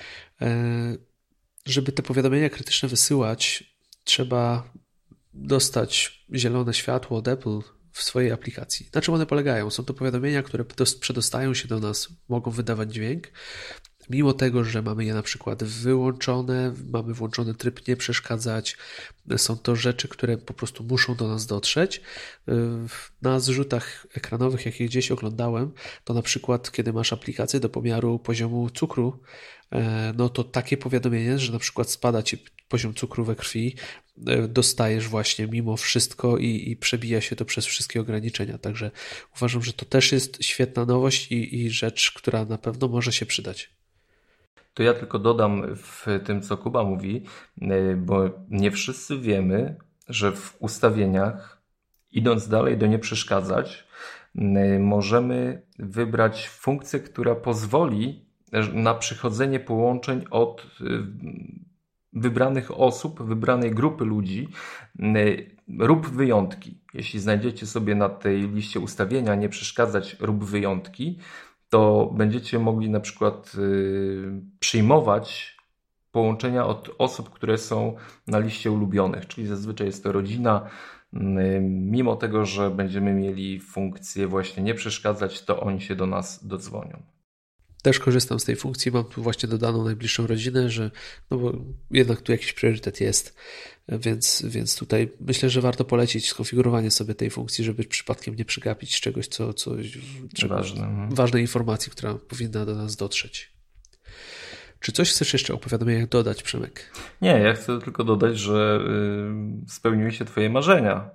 Żeby te powiadomienia krytyczne wysyłać, trzeba dostać zielone światło od Apple w swojej aplikacji. Na czym one polegają? Są to powiadomienia, które przedostają się do nas, mogą wydawać dźwięk, mimo tego, że mamy je na przykład wyłączone, mamy włączony tryb nie przeszkadzać, są to rzeczy, które po prostu muszą do nas dotrzeć. Na zrzutach ekranowych, jakie gdzieś oglądałem, to na przykład, kiedy masz aplikację do pomiaru poziomu cukru, no to takie powiadomienie, że na przykład spada Ci poziom cukru we krwi, dostajesz właśnie mimo wszystko i, i przebija się to przez wszystkie ograniczenia. Także uważam, że to też jest świetna nowość i, i rzecz, która na pewno może się przydać. To ja tylko dodam w tym, co Kuba mówi, bo nie wszyscy wiemy, że w ustawieniach, idąc dalej do nie przeszkadzać, możemy wybrać funkcję, która pozwoli na przychodzenie połączeń od wybranych osób, wybranej grupy ludzi rób wyjątki. Jeśli znajdziecie sobie na tej liście ustawienia nie przeszkadzać rób wyjątki, to będziecie mogli na przykład y, przyjmować połączenia od osób, które są na liście ulubionych, czyli zazwyczaj jest to rodzina, y, mimo tego, że będziemy mieli funkcję właśnie nie przeszkadzać, to oni się do nas dodzwonią. Też korzystam z tej funkcji, mam tu właśnie dodaną najbliższą rodzinę, że no bo jednak tu jakiś priorytet jest, więc, więc tutaj myślę, że warto polecić skonfigurowanie sobie tej funkcji, żeby przypadkiem nie przegapić czegoś, co, coś Ważne. ważnej informacji, która powinna do nas dotrzeć. Czy coś chcesz jeszcze o powiadomieniach dodać, Przemek? Nie, ja chcę tylko dodać, że y, spełniły się Twoje marzenia.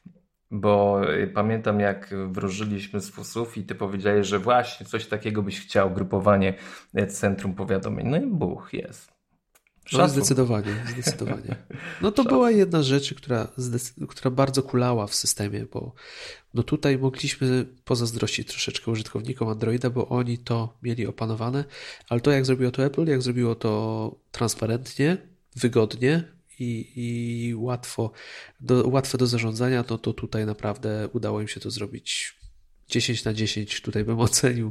Bo pamiętam, jak wróżyliśmy z fusów i ty powiedziałeś, że właśnie coś takiego byś chciał, grupowanie centrum powiadomień. No i buch, jest. No, zdecydowanie, zdecydowanie. No to była jedna z rzeczy, która, która bardzo kulała w systemie, bo no tutaj mogliśmy pozazdrościć troszeczkę użytkownikom Androida, bo oni to mieli opanowane, ale to jak zrobiło to Apple, jak zrobiło to transparentnie, wygodnie, I, i łatwo do, łatwe do zarządzania, no to tutaj naprawdę udało im się to zrobić dziesięć na dziesięć, tutaj bym ocenił.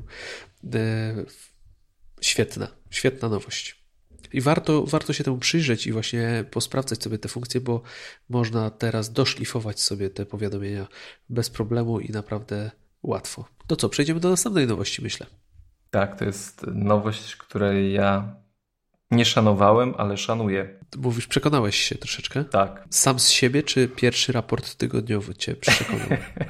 E, świetna, świetna nowość. I warto, warto się temu przyjrzeć i właśnie posprawdzać sobie te funkcje, bo można teraz doszlifować sobie te powiadomienia bez problemu i naprawdę łatwo. To co, przejdziemy do następnej nowości, myślę. Tak, to jest nowość, której ja nie szanowałem, ale szanuję. Mówisz, przekonałeś się troszeczkę? Tak. Sam z siebie, czy pierwszy raport tygodniowy cię przekonał?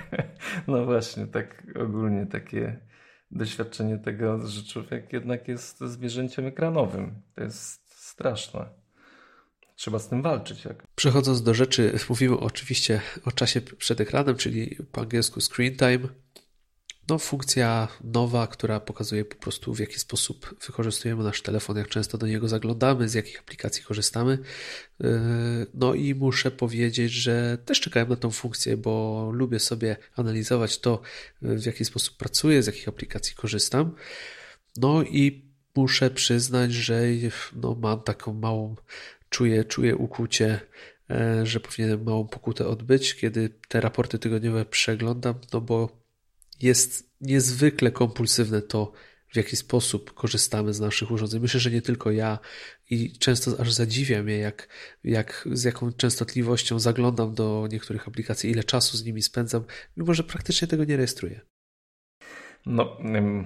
No właśnie, tak ogólnie takie doświadczenie tego, że człowiek jednak jest zwierzęciem ekranowym. To jest straszne. Trzeba z tym walczyć. Jak... Przechodząc do rzeczy, mówimy oczywiście o czasie przed ekranem, czyli po angielsku screen time. no, funkcja nowa, która pokazuje po prostu w jaki sposób wykorzystujemy nasz telefon, jak często do niego zaglądamy, z jakich aplikacji korzystamy. No i muszę powiedzieć, że też czekałem na tą funkcję, bo lubię sobie analizować to, w jaki sposób pracuję, z jakich aplikacji korzystam. No i muszę przyznać, że no, mam taką małą, czuję, czuję ukłucie, że powinienem małą pokutę odbyć, kiedy te raporty tygodniowe przeglądam, no bo jest niezwykle kompulsywne to, w jaki sposób korzystamy z naszych urządzeń. Myślę, że nie tylko ja i często aż zadziwia mnie, jak, jak, z jaką częstotliwością zaglądam do niektórych aplikacji, ile czasu z nimi spędzam, mimo że praktycznie tego nie rejestruję. No, um,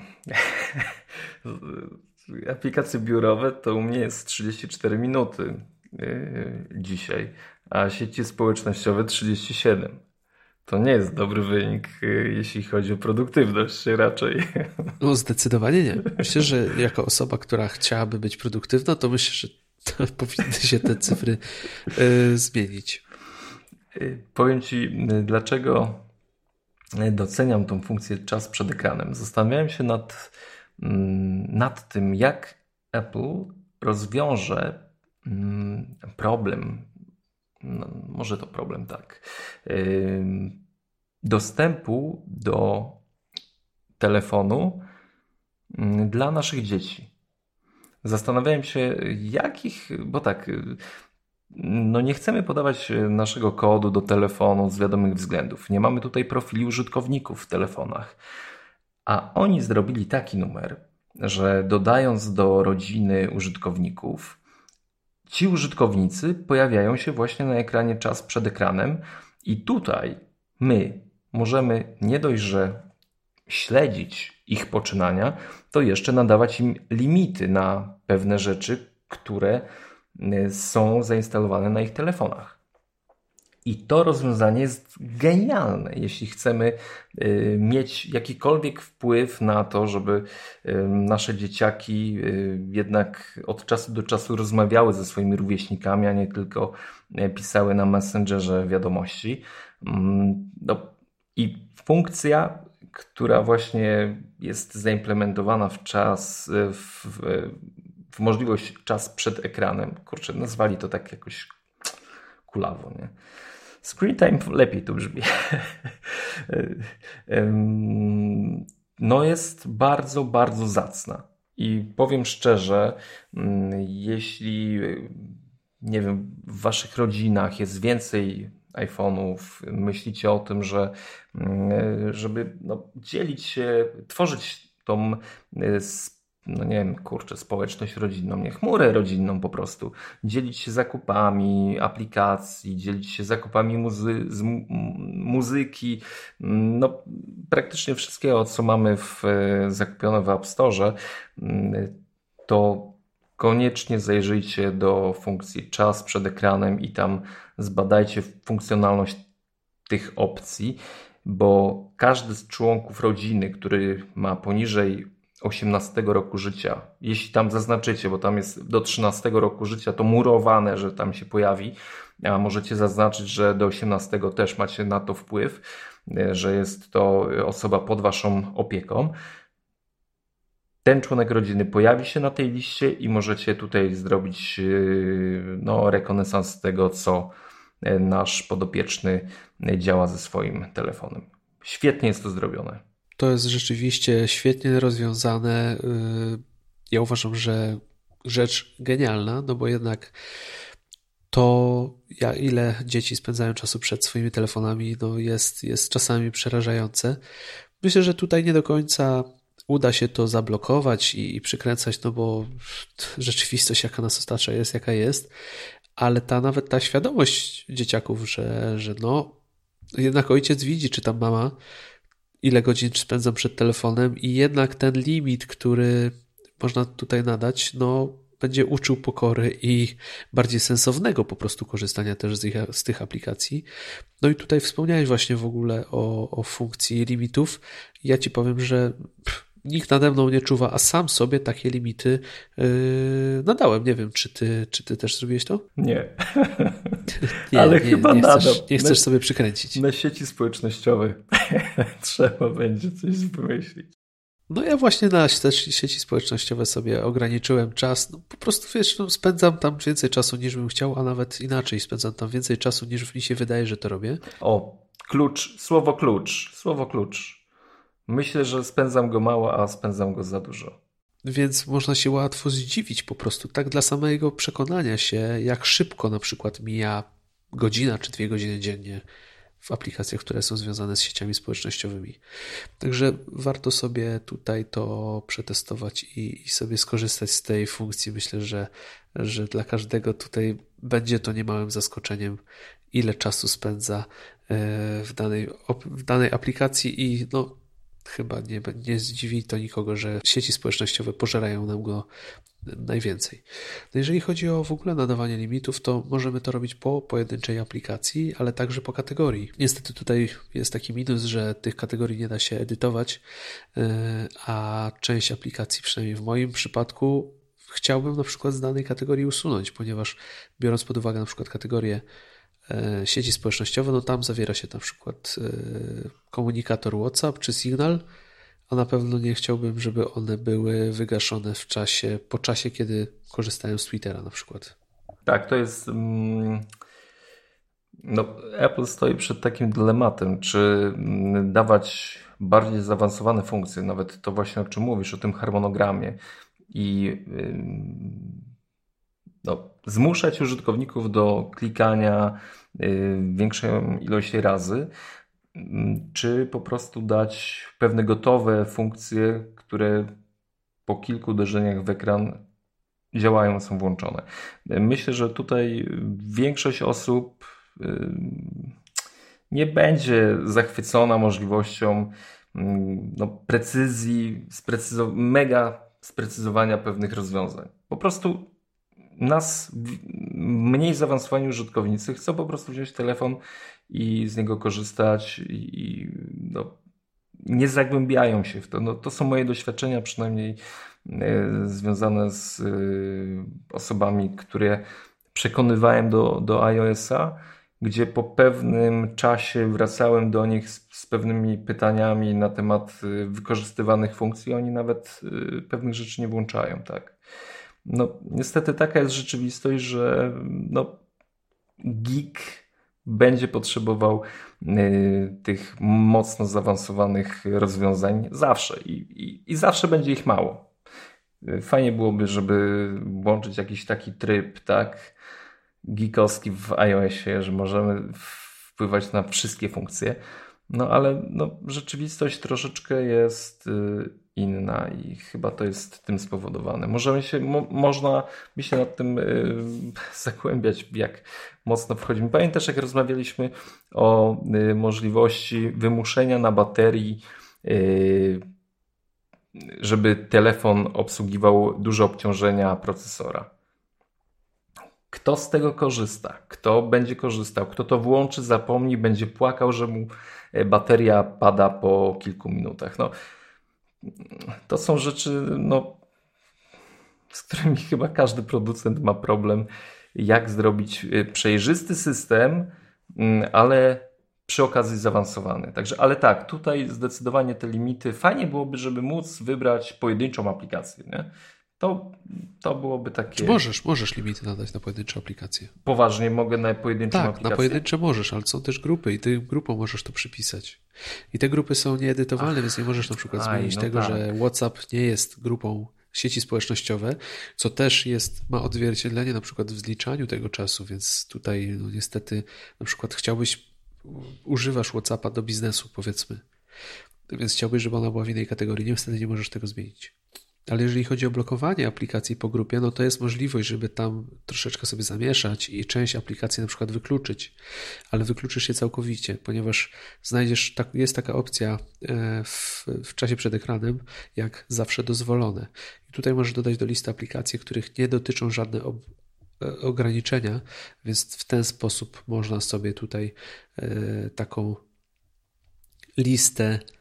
aplikacje biurowe to u mnie jest trzydzieści cztery minuty yy, dzisiaj, a sieci społecznościowe trzydzieści siedem. To nie jest dobry wynik, jeśli chodzi o produktywność raczej. No zdecydowanie nie. Myślę, że jako osoba, która chciałaby być produktywna, to myślę, że powinny się te cyfry y, zmienić. Powiem Ci, dlaczego doceniam tą funkcję czas przed ekranem. Zastanawiałem się nad, nad tym, jak Apple rozwiąże problem, no, może to problem, tak, dostępu do telefonu dla naszych dzieci. Zastanawiałem się, jakich, bo tak, no nie chcemy podawać naszego kodu do telefonu z wiadomych względów. Nie mamy tutaj profili użytkowników w telefonach. A oni zrobili taki numer, że dodając do rodziny użytkowników, ci użytkownicy pojawiają się właśnie na ekranie czas przed ekranem i tutaj my możemy nie dość, że śledzić ich poczynania, to jeszcze nadawać im limity na pewne rzeczy, które są zainstalowane na ich telefonach. I to rozwiązanie jest genialne, jeśli chcemy y, mieć jakikolwiek wpływ na to, żeby y, nasze dzieciaki y, jednak od czasu do czasu rozmawiały ze swoimi rówieśnikami, a nie tylko y, pisały na Messengerze wiadomości. Y, no, I funkcja, która właśnie jest zaimplementowana w czas, y, w, w, w możliwość czas przed ekranem. Kurczę, nazwali to tak jakoś kulawo, nie? Screen time lepiej to brzmi. No jest bardzo, bardzo zacna. I powiem szczerze, jeśli, nie wiem, w waszych rodzinach jest więcej iPhone'ów, myślicie o tym, że żeby no, dzielić się, tworzyć tą no nie wiem, kurczę, społeczność rodzinną, nie, chmurę rodzinną po prostu. Dzielić się zakupami aplikacji, dzielić się zakupami muzy- z mu- muzyki, no praktycznie wszystkiego, co mamy w, zakupione w App Store, to koniecznie zajrzyjcie do funkcji czas przed ekranem i tam zbadajcie funkcjonalność tych opcji, bo każdy z członków rodziny, który ma poniżej osiemnastego roku życia, jeśli tam zaznaczycie, bo tam jest do trzynastego roku życia to murowane, że tam się pojawi, a możecie zaznaczyć, że do osiemnastego też macie na to wpływ, że jest to osoba pod waszą opieką. Ten członek rodziny pojawi się na tej liście i możecie tutaj zrobić no, rekonesans tego, co nasz podopieczny działa ze swoim telefonem. Świetnie jest to zrobione. To jest rzeczywiście świetnie rozwiązane. Ja uważam, że rzecz genialna, no bo jednak to, ile dzieci spędzają czasu przed swoimi telefonami, no jest, jest czasami przerażające. Myślę, że tutaj nie do końca uda się to zablokować i, i przykręcać, no bo rzeczywistość, jaka nas otacza, jest jaka jest, ale ta nawet ta świadomość dzieciaków, że, że no jednak ojciec widzi, czy tam mama, ile godzin spędzam przed telefonem i jednak ten limit, który można tutaj nadać, no będzie uczył pokory i bardziej sensownego po prostu korzystania też z, ich, z tych aplikacji. No i tutaj wspomniałeś właśnie w ogóle o, o funkcji limitów. Ja ci powiem, że pff, nikt nade mną nie czuwa, a sam sobie takie limity yy, nadałem. Nie wiem, czy ty, czy ty też zrobiłeś to? Nie. nie Ale nie, chyba nie nadal. chcesz, nie chcesz na, sobie przykręcić. Na sieci społecznościowe trzeba będzie coś wymyślić. No ja właśnie na też sieci społecznościowe sobie ograniczyłem czas. No, po prostu wiesz, no, spędzam tam więcej czasu niż bym chciał, a nawet inaczej, spędzam tam więcej czasu niż mi się wydaje, że to robię. O, klucz, słowo klucz, słowo klucz. Myślę, że spędzam go mało, a spędzam go za dużo. Więc można się łatwo zdziwić po prostu, tak dla samego przekonania się, jak szybko na przykład mija godzina czy dwie godziny dziennie w aplikacjach, które są związane z sieciami społecznościowymi. Także warto sobie tutaj to przetestować i, i sobie skorzystać z tej funkcji. Myślę, że, że dla każdego tutaj będzie to niemałym zaskoczeniem, ile czasu spędza w danej, w danej aplikacji i no chyba nie, nie zdziwi to nikogo, że sieci społecznościowe pożerają nam go najwięcej. No jeżeli chodzi o w ogóle nadawanie limitów, to możemy to robić po pojedynczej aplikacji, ale także po kategorii. Niestety tutaj jest taki minus, że tych kategorii nie da się edytować, a część aplikacji, przynajmniej w moim przypadku, chciałbym na przykład z danej kategorii usunąć, ponieważ biorąc pod uwagę na przykład kategorię sieci społecznościowe, no tam zawiera się na przykład komunikator WhatsApp czy Signal, a na pewno nie chciałbym, żeby one były wygaszone w czasie, po czasie, kiedy korzystałem z Twittera na przykład. Tak, to jest... No, Apple stoi przed takim dylematem, czy dawać bardziej zaawansowane funkcje, nawet to właśnie o czym mówisz, o tym harmonogramie i no, zmuszać użytkowników do klikania większej ilości razy, czy po prostu dać pewne gotowe funkcje, które po kilku uderzeniach w ekran działają, są włączone. Myślę, że tutaj większość osób nie będzie zachwycona możliwością no, precyzji, sprecyzo- mega sprecyzowania pewnych rozwiązań. Po prostu nas mniej zaawansowani użytkownicy chcą po prostu wziąć telefon i z niego korzystać i no, nie zagłębiają się w to. No, to są moje doświadczenia, przynajmniej y, związane z y, osobami, które przekonywałem do, do iOS-a, gdzie po pewnym czasie wracałem do nich z, z pewnymi pytaniami na temat y, wykorzystywanych funkcji. Oni nawet y, pewnych rzeczy nie włączają, tak. No, niestety taka jest rzeczywistość, że no, geek będzie potrzebował y, tych mocno zaawansowanych rozwiązań zawsze i, i, i zawsze będzie ich mało. Fajnie byłoby, żeby włączyć jakiś taki tryb, tak, geekowski w iOSie, że możemy wpływać na wszystkie funkcje, no ale no, rzeczywistość troszeczkę jest y, inna i chyba to jest tym spowodowane. Możemy się, mo, można by się nad tym y, zagłębiać, jak mocno wchodzimy. Pamiętasz, jak rozmawialiśmy o y, możliwości wymuszenia na baterii, y, żeby telefon obsługiwał duże obciążenia procesora. Kto z tego korzysta? Kto będzie korzystał? Kto to włączy, zapomni, będzie płakał, że mu bateria pada po kilku minutach. No, to są rzeczy, no, z którymi chyba każdy producent ma problem, jak zrobić przejrzysty system, ale przy okazji zaawansowany. Także, ale tak, tutaj zdecydowanie te limity, fajnie byłoby, żeby móc wybrać pojedynczą aplikację, nie? To, to byłoby takie... Czy możesz, możesz limity nadać na pojedyncze aplikacje. Poważnie mogę na pojedynczą tak, aplikację? Tak, na pojedyncze możesz, ale są też grupy i tym grupom możesz to przypisać. I te grupy są nieedytowalne, Ach, więc nie możesz na przykład aj, zmienić no tego, tak. że WhatsApp nie jest grupą sieci społecznościowe, co też jest, ma odzwierciedlenie na przykład w zliczaniu tego czasu, więc tutaj no, niestety na przykład chciałbyś, używasz WhatsAppa do biznesu, powiedzmy, więc chciałbyś, żeby ona była w innej kategorii, niestety nie możesz tego zmienić. Ale jeżeli chodzi o blokowanie aplikacji po grupie, no to jest możliwość, żeby tam troszeczkę sobie zamieszać i część aplikacji na przykład wykluczyć, ale wykluczysz je całkowicie, ponieważ znajdziesz, tak, jest taka opcja w, w czasie przed ekranem, jak zawsze dozwolone. I tutaj możesz dodać do listy aplikacji, których nie dotyczą żadne ob, ograniczenia, więc w ten sposób można sobie tutaj taką listę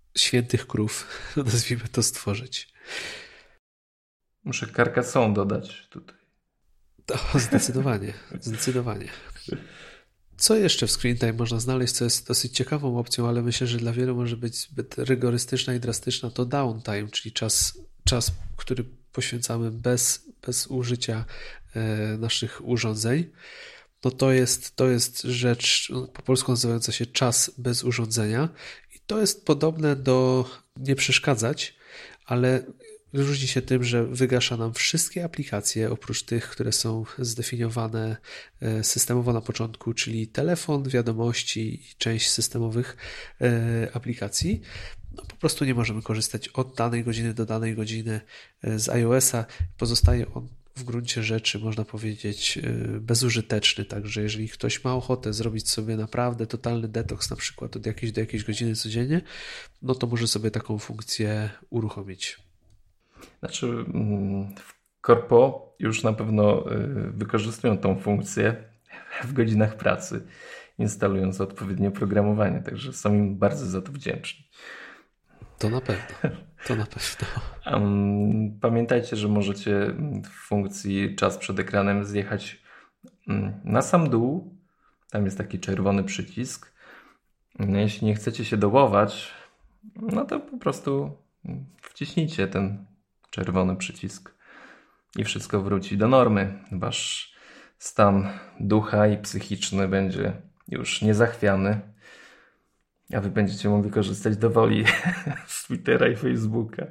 świętych krów, nazwijmy to, stworzyć. Muszę Carcassonne dodać tutaj. To zdecydowanie, zdecydowanie. Co jeszcze w Screen Time można znaleźć, co jest dosyć ciekawą opcją, ale myślę, że dla wielu może być zbyt rygorystyczna i drastyczna, to downtime, czyli czas, czas który poświęcamy bez, bez użycia e, naszych urządzeń. No to jest, to jest rzecz po polsku nazywająca się czas bez urządzenia i to jest podobne do nie przeszkadzać, ale różni się tym, że wygasza nam wszystkie aplikacje, oprócz tych, które są zdefiniowane systemowo na początku, czyli telefon, wiadomości i część systemowych aplikacji. No, po prostu nie możemy korzystać od danej godziny do danej godziny z iOS-a. Pozostaje on w gruncie rzeczy, można powiedzieć, bezużyteczny. Także jeżeli ktoś ma ochotę zrobić sobie naprawdę totalny detoks, na przykład od jakiejś do jakiejś godziny codziennie, no to może sobie taką funkcję uruchomić. Znaczy w korpo już na pewno wykorzystują tą funkcję w godzinach pracy, instalując odpowiednie oprogramowanie, także są im bardzo za to wdzięczni. To na pewno, to na pewno. Pamiętajcie, że możecie w funkcji czas przed ekranem zjechać na sam dół, tam jest taki czerwony przycisk. Jeśli nie chcecie się dołować, no to po prostu wciśnijcie ten czerwony przycisk i wszystko wróci do normy. Wasz stan ducha i psychiczny będzie już niezachwiany, a wy będziecie mogli korzystać dowoli z Twittera i Facebooka.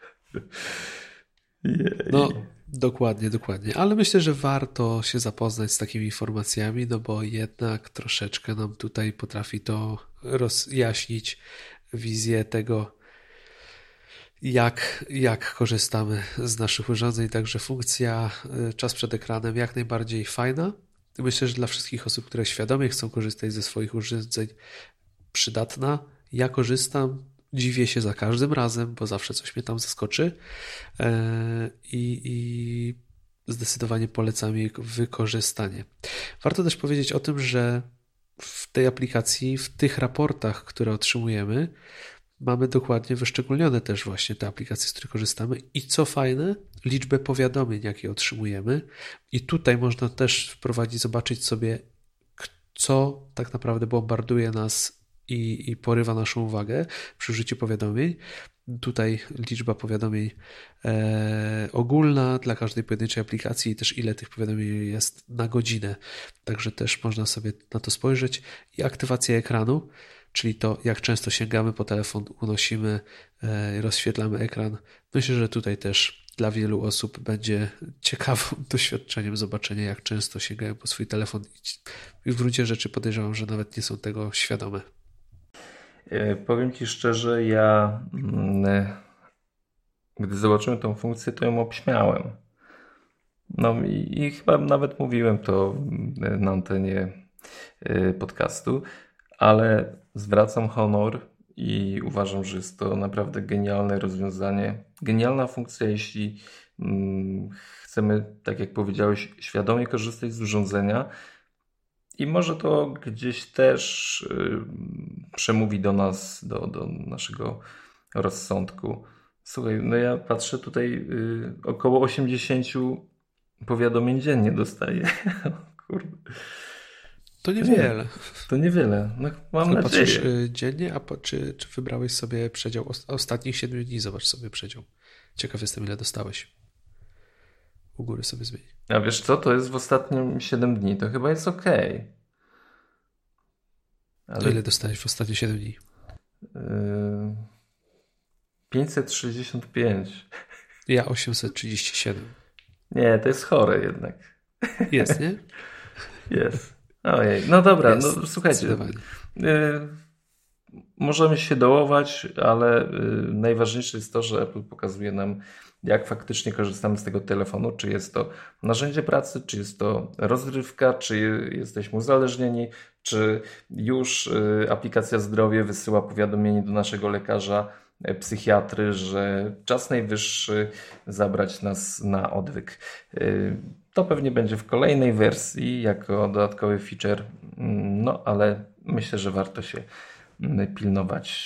Jej. No, dokładnie, dokładnie. Ale myślę, że warto się zapoznać z takimi informacjami, no bo jednak troszeczkę nam tutaj potrafi to rozjaśnić wizję tego, Jak, jak korzystamy z naszych urządzeń, także funkcja czas przed ekranem jak najbardziej fajna. Myślę, że dla wszystkich osób, które świadomie chcą korzystać ze swoich urządzeń, przydatna. Ja korzystam, dziwię się za każdym razem, bo zawsze coś mnie tam zaskoczy i, i zdecydowanie polecam jej wykorzystanie. Warto też powiedzieć o tym, że w tej aplikacji, w tych raportach, które otrzymujemy, mamy dokładnie wyszczególnione też właśnie te aplikacje, z których korzystamy i co fajne, liczbę powiadomień, jakie otrzymujemy i tutaj można też wprowadzić, zobaczyć sobie, co tak naprawdę bombarduje nas i, i porywa naszą uwagę przy użyciu powiadomień. Tutaj liczba powiadomień e, ogólna dla każdej pojedynczej aplikacji i też ile tych powiadomień jest na godzinę. Także też można sobie na to spojrzeć i aktywacja ekranu, czyli to, jak często sięgamy po telefon, unosimy, rozświetlamy ekran. Myślę, że tutaj też dla wielu osób będzie ciekawym doświadczeniem zobaczenie, jak często sięgają po swój telefon i w gruncie rzeczy podejrzewam, że nawet nie są tego świadome. Powiem Ci szczerze, ja gdy zobaczyłem tą funkcję, to ją obśmiałem. No i, i chyba nawet mówiłem to na antenie podcastu, ale zwracam honor i uważam, że jest to naprawdę genialne rozwiązanie. Genialna funkcja, jeśli mm, chcemy, tak jak powiedziałeś, świadomie korzystać z urządzenia i może to gdzieś też y, przemówi do nas, do, do naszego rozsądku. Słuchaj, no ja patrzę tutaj y, około osiemdziesiąt powiadomień dziennie dostaję. Kurde. To niewiele. To niewiele. No, mam Tylko nadzieję. Patrzysz dziennie, a po, czy, czy wybrałeś sobie przedział ostatnich siedmiu dni? Zobacz sobie przedział. Ciekaw jestem, ile dostałeś. U góry sobie zmień. A wiesz co, to jest w ostatnim siedem dni. To chyba jest okej. Okay. Ale... To ile dostałeś w ostatnie siedem dni? Yy... pięćset sześćdziesiąt pięć. Ja osiemset trzydzieści siedem. Nie, to jest chore jednak. Jest, nie? Jest. Ojej, no dobra, jest, no słuchajcie. Yy, możemy się dołować, ale yy, najważniejsze jest to, że Apple pokazuje nam, jak faktycznie korzystamy z tego telefonu. Czy jest to narzędzie pracy, czy jest to rozrywka, czy jesteśmy uzależnieni, czy już yy, aplikacja zdrowie wysyła powiadomienie do naszego lekarza, yy, psychiatry, że czas najwyższy zabrać nas na odwyk. Yy, To pewnie będzie w kolejnej wersji jako dodatkowy feature, no ale myślę, że warto się pilnować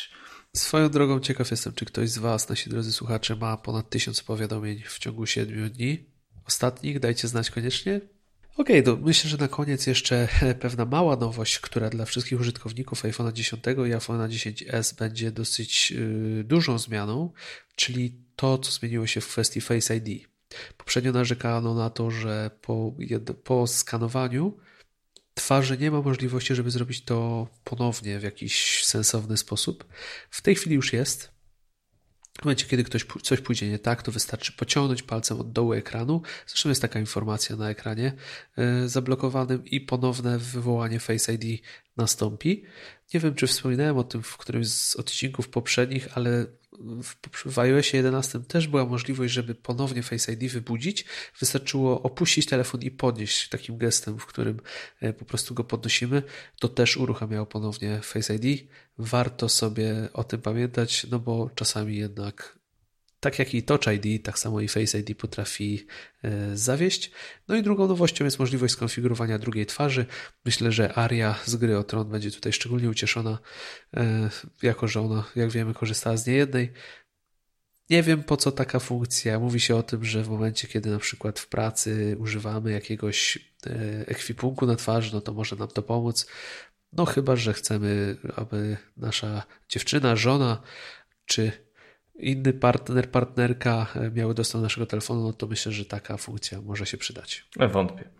Swoją drogą ciekaw jestem, czy ktoś z Was, nasi drodzy słuchacze, ma ponad tysiąc powiadomień w ciągu siedmiu dni ostatnich. Dajcie znać koniecznie. Okej, okay, to myślę, że na koniec jeszcze pewna mała nowość, która dla wszystkich użytkowników iPhone'a dziesięć i iPhone'a dziesięć S będzie dosyć yy, dużą zmianą, czyli to, co zmieniło się w kwestii Face I D. Poprzednio narzekano na to, że po, po skanowaniu twarzy nie ma możliwości, żeby zrobić to ponownie w jakiś sensowny sposób. W tej chwili już jest. W momencie, kiedy ktoś coś pójdzie nie tak, to wystarczy pociągnąć palcem od dołu ekranu. Zresztą jest taka informacja na ekranie yy, zablokowanym i ponowne wywołanie Face I D nastąpi. Nie wiem, czy wspominałem o tym w którymś z odcinków poprzednich, ale w, w iOSie jedenastym też była możliwość, żeby ponownie Face I D wybudzić. Wystarczyło opuścić telefon i podnieść takim gestem, w którym po prostu go podnosimy. To też uruchamiało ponownie Face I D. Warto sobie o tym pamiętać, no bo czasami jednak tak jak i Touch I D, tak samo i Face I D potrafi e, zawieść. No i drugą nowością jest możliwość skonfigurowania drugiej twarzy. Myślę, że Aria z gry o Tron będzie tutaj szczególnie ucieszona, e, jako że ona, jak wiemy, korzystała z niejednej. Nie wiem, po co taka funkcja. Mówi się o tym, że w momencie, kiedy na przykład w pracy używamy jakiegoś e, ekwipunku na twarzy, no to może nam to pomóc. No chyba, że chcemy, aby nasza dziewczyna, żona czy inny partner, partnerka miały dostęp do naszego telefonu, no to myślę, że taka funkcja może się przydać. Wątpię.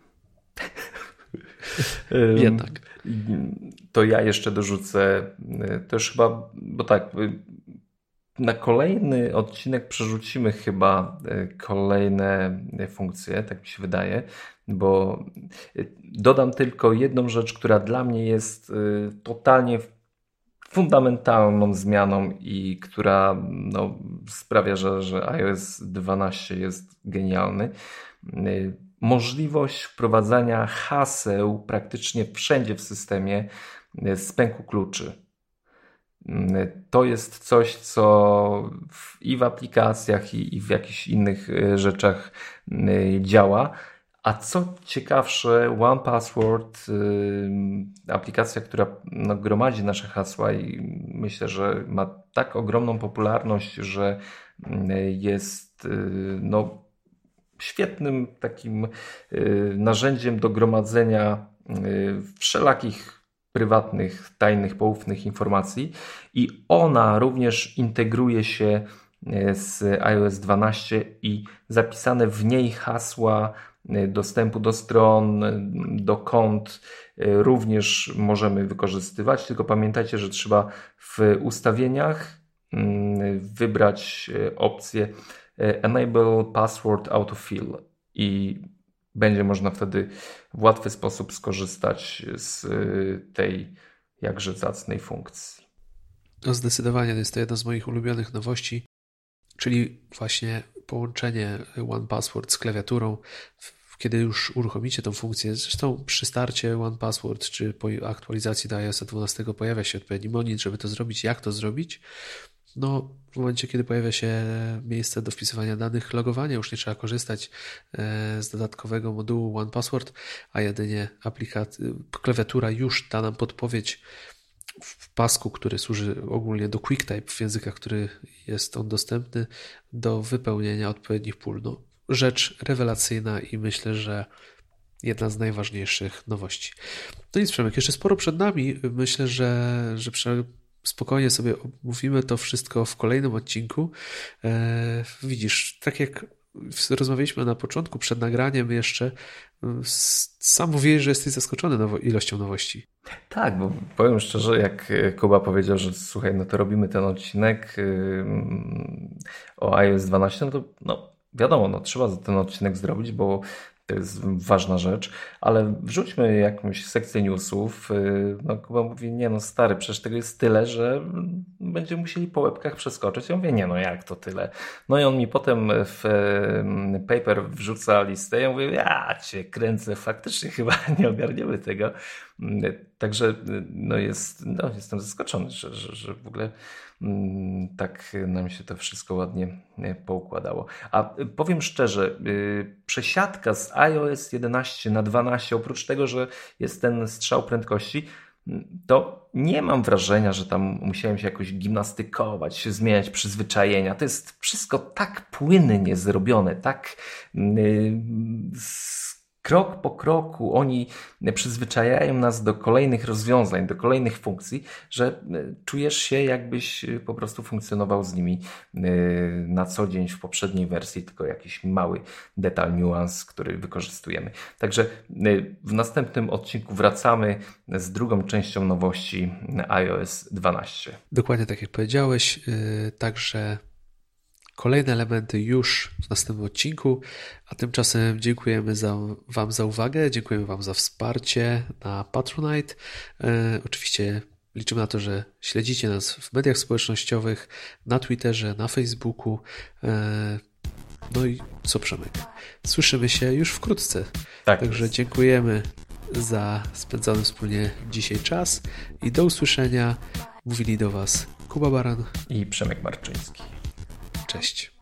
Jednak. To ja jeszcze dorzucę, to już chyba, bo tak, na kolejny odcinek przerzucimy chyba kolejne funkcje, tak mi się wydaje, bo dodam tylko jedną rzecz, która dla mnie jest totalnie fundamentalną zmianą i która no, sprawia, że, że iOS dwanaście jest genialny. Możliwość wprowadzania haseł praktycznie wszędzie w systemie z pęku kluczy. To jest coś, co w, i w aplikacjach, i, i w jakichś innych rzeczach działa. A co ciekawsze, One Password, yy, aplikacja, która no, gromadzi nasze hasła i myślę, że ma tak ogromną popularność, że yy, jest yy, no, świetnym takim yy, narzędziem do gromadzenia yy, wszelakich prywatnych, tajnych, poufnych informacji i ona również integruje się z iOS dwanaście i zapisane w niej hasła dostępu do stron, do kont również możemy wykorzystywać, tylko pamiętajcie, że trzeba w ustawieniach wybrać opcję Enable Password Autofill i będzie można wtedy w łatwy sposób skorzystać z tej jakże zacnej funkcji. No zdecydowanie jest to jedna z moich ulubionych nowości, czyli właśnie połączenie One Password z klawiaturą, kiedy już uruchomicie tą funkcję. Zresztą przy starcie One Password czy po aktualizacji do iOS dwanaście pojawia się odpowiedni monitor, żeby to zrobić. Jak to zrobić? No, w momencie, kiedy pojawia się miejsce do wpisywania danych logowania, już nie trzeba korzystać z dodatkowego modułu One Password, a jedynie aplikacja, klawiatura już da nam podpowiedź w pasku, który służy ogólnie do QuickType w językach, który jest on dostępny, do wypełnienia odpowiednich pól. No, rzecz rewelacyjna i myślę, że jedna z najważniejszych nowości. No nic, Przemek, jeszcze sporo przed nami. Myślę, że, że spokojnie sobie omówimy to wszystko w kolejnym odcinku. E, widzisz, tak jak rozmawialiśmy na początku, przed nagraniem jeszcze, sam mówiłeś, że jesteś zaskoczony nowo- ilością nowości. Tak, bo powiem szczerze, jak Kuba powiedział, że słuchaj, no to robimy ten odcinek yy, o iOS dwanaście, no to no, wiadomo, no trzeba ten odcinek zrobić, bo to jest ważna rzecz, ale wrzućmy jakąś sekcję newsów. No Kuba mówi, nie no stary, przecież tego jest tyle, że będziemy musieli po łebkach przeskoczyć. Ja mówię, nie no jak to tyle? No i on mi potem w paper wrzuca listę. Ja mówię, ja cię kręcę, faktycznie chyba nie ogarniemy tego. Także no jest, no jestem zaskoczony, że, że, że w ogóle tak nam się to wszystko ładnie poukładało. A powiem szczerze, przesiadka z iOS jedenaście na dwanaście, oprócz tego, że jest ten strzał prędkości, to nie mam wrażenia, że tam musiałem się jakoś gimnastykować, się zmieniać przyzwyczajenia. To jest wszystko tak płynnie zrobione, tak yy, krok po kroku oni przyzwyczajają nas do kolejnych rozwiązań, do kolejnych funkcji, że czujesz się, jakbyś po prostu funkcjonował z nimi na co dzień w poprzedniej wersji, tylko jakiś mały detal, niuans, który wykorzystujemy. Także w następnym odcinku wracamy z drugą częścią nowości iOS dwanaście. Dokładnie tak jak powiedziałeś, także kolejne elementy już w następnym odcinku, a tymczasem dziękujemy za, Wam za uwagę, dziękujemy Wam za wsparcie na Patronite. E, oczywiście liczymy na to, że śledzicie nas w mediach społecznościowych, na Twitterze, na Facebooku. E, no i co, Przemek? Słyszymy się już wkrótce. Tak Także jest. dziękujemy za spędzony wspólnie dzisiaj czas i do usłyszenia. Mówili do Was Kuba Baran i Przemek Marczyński. Cześć.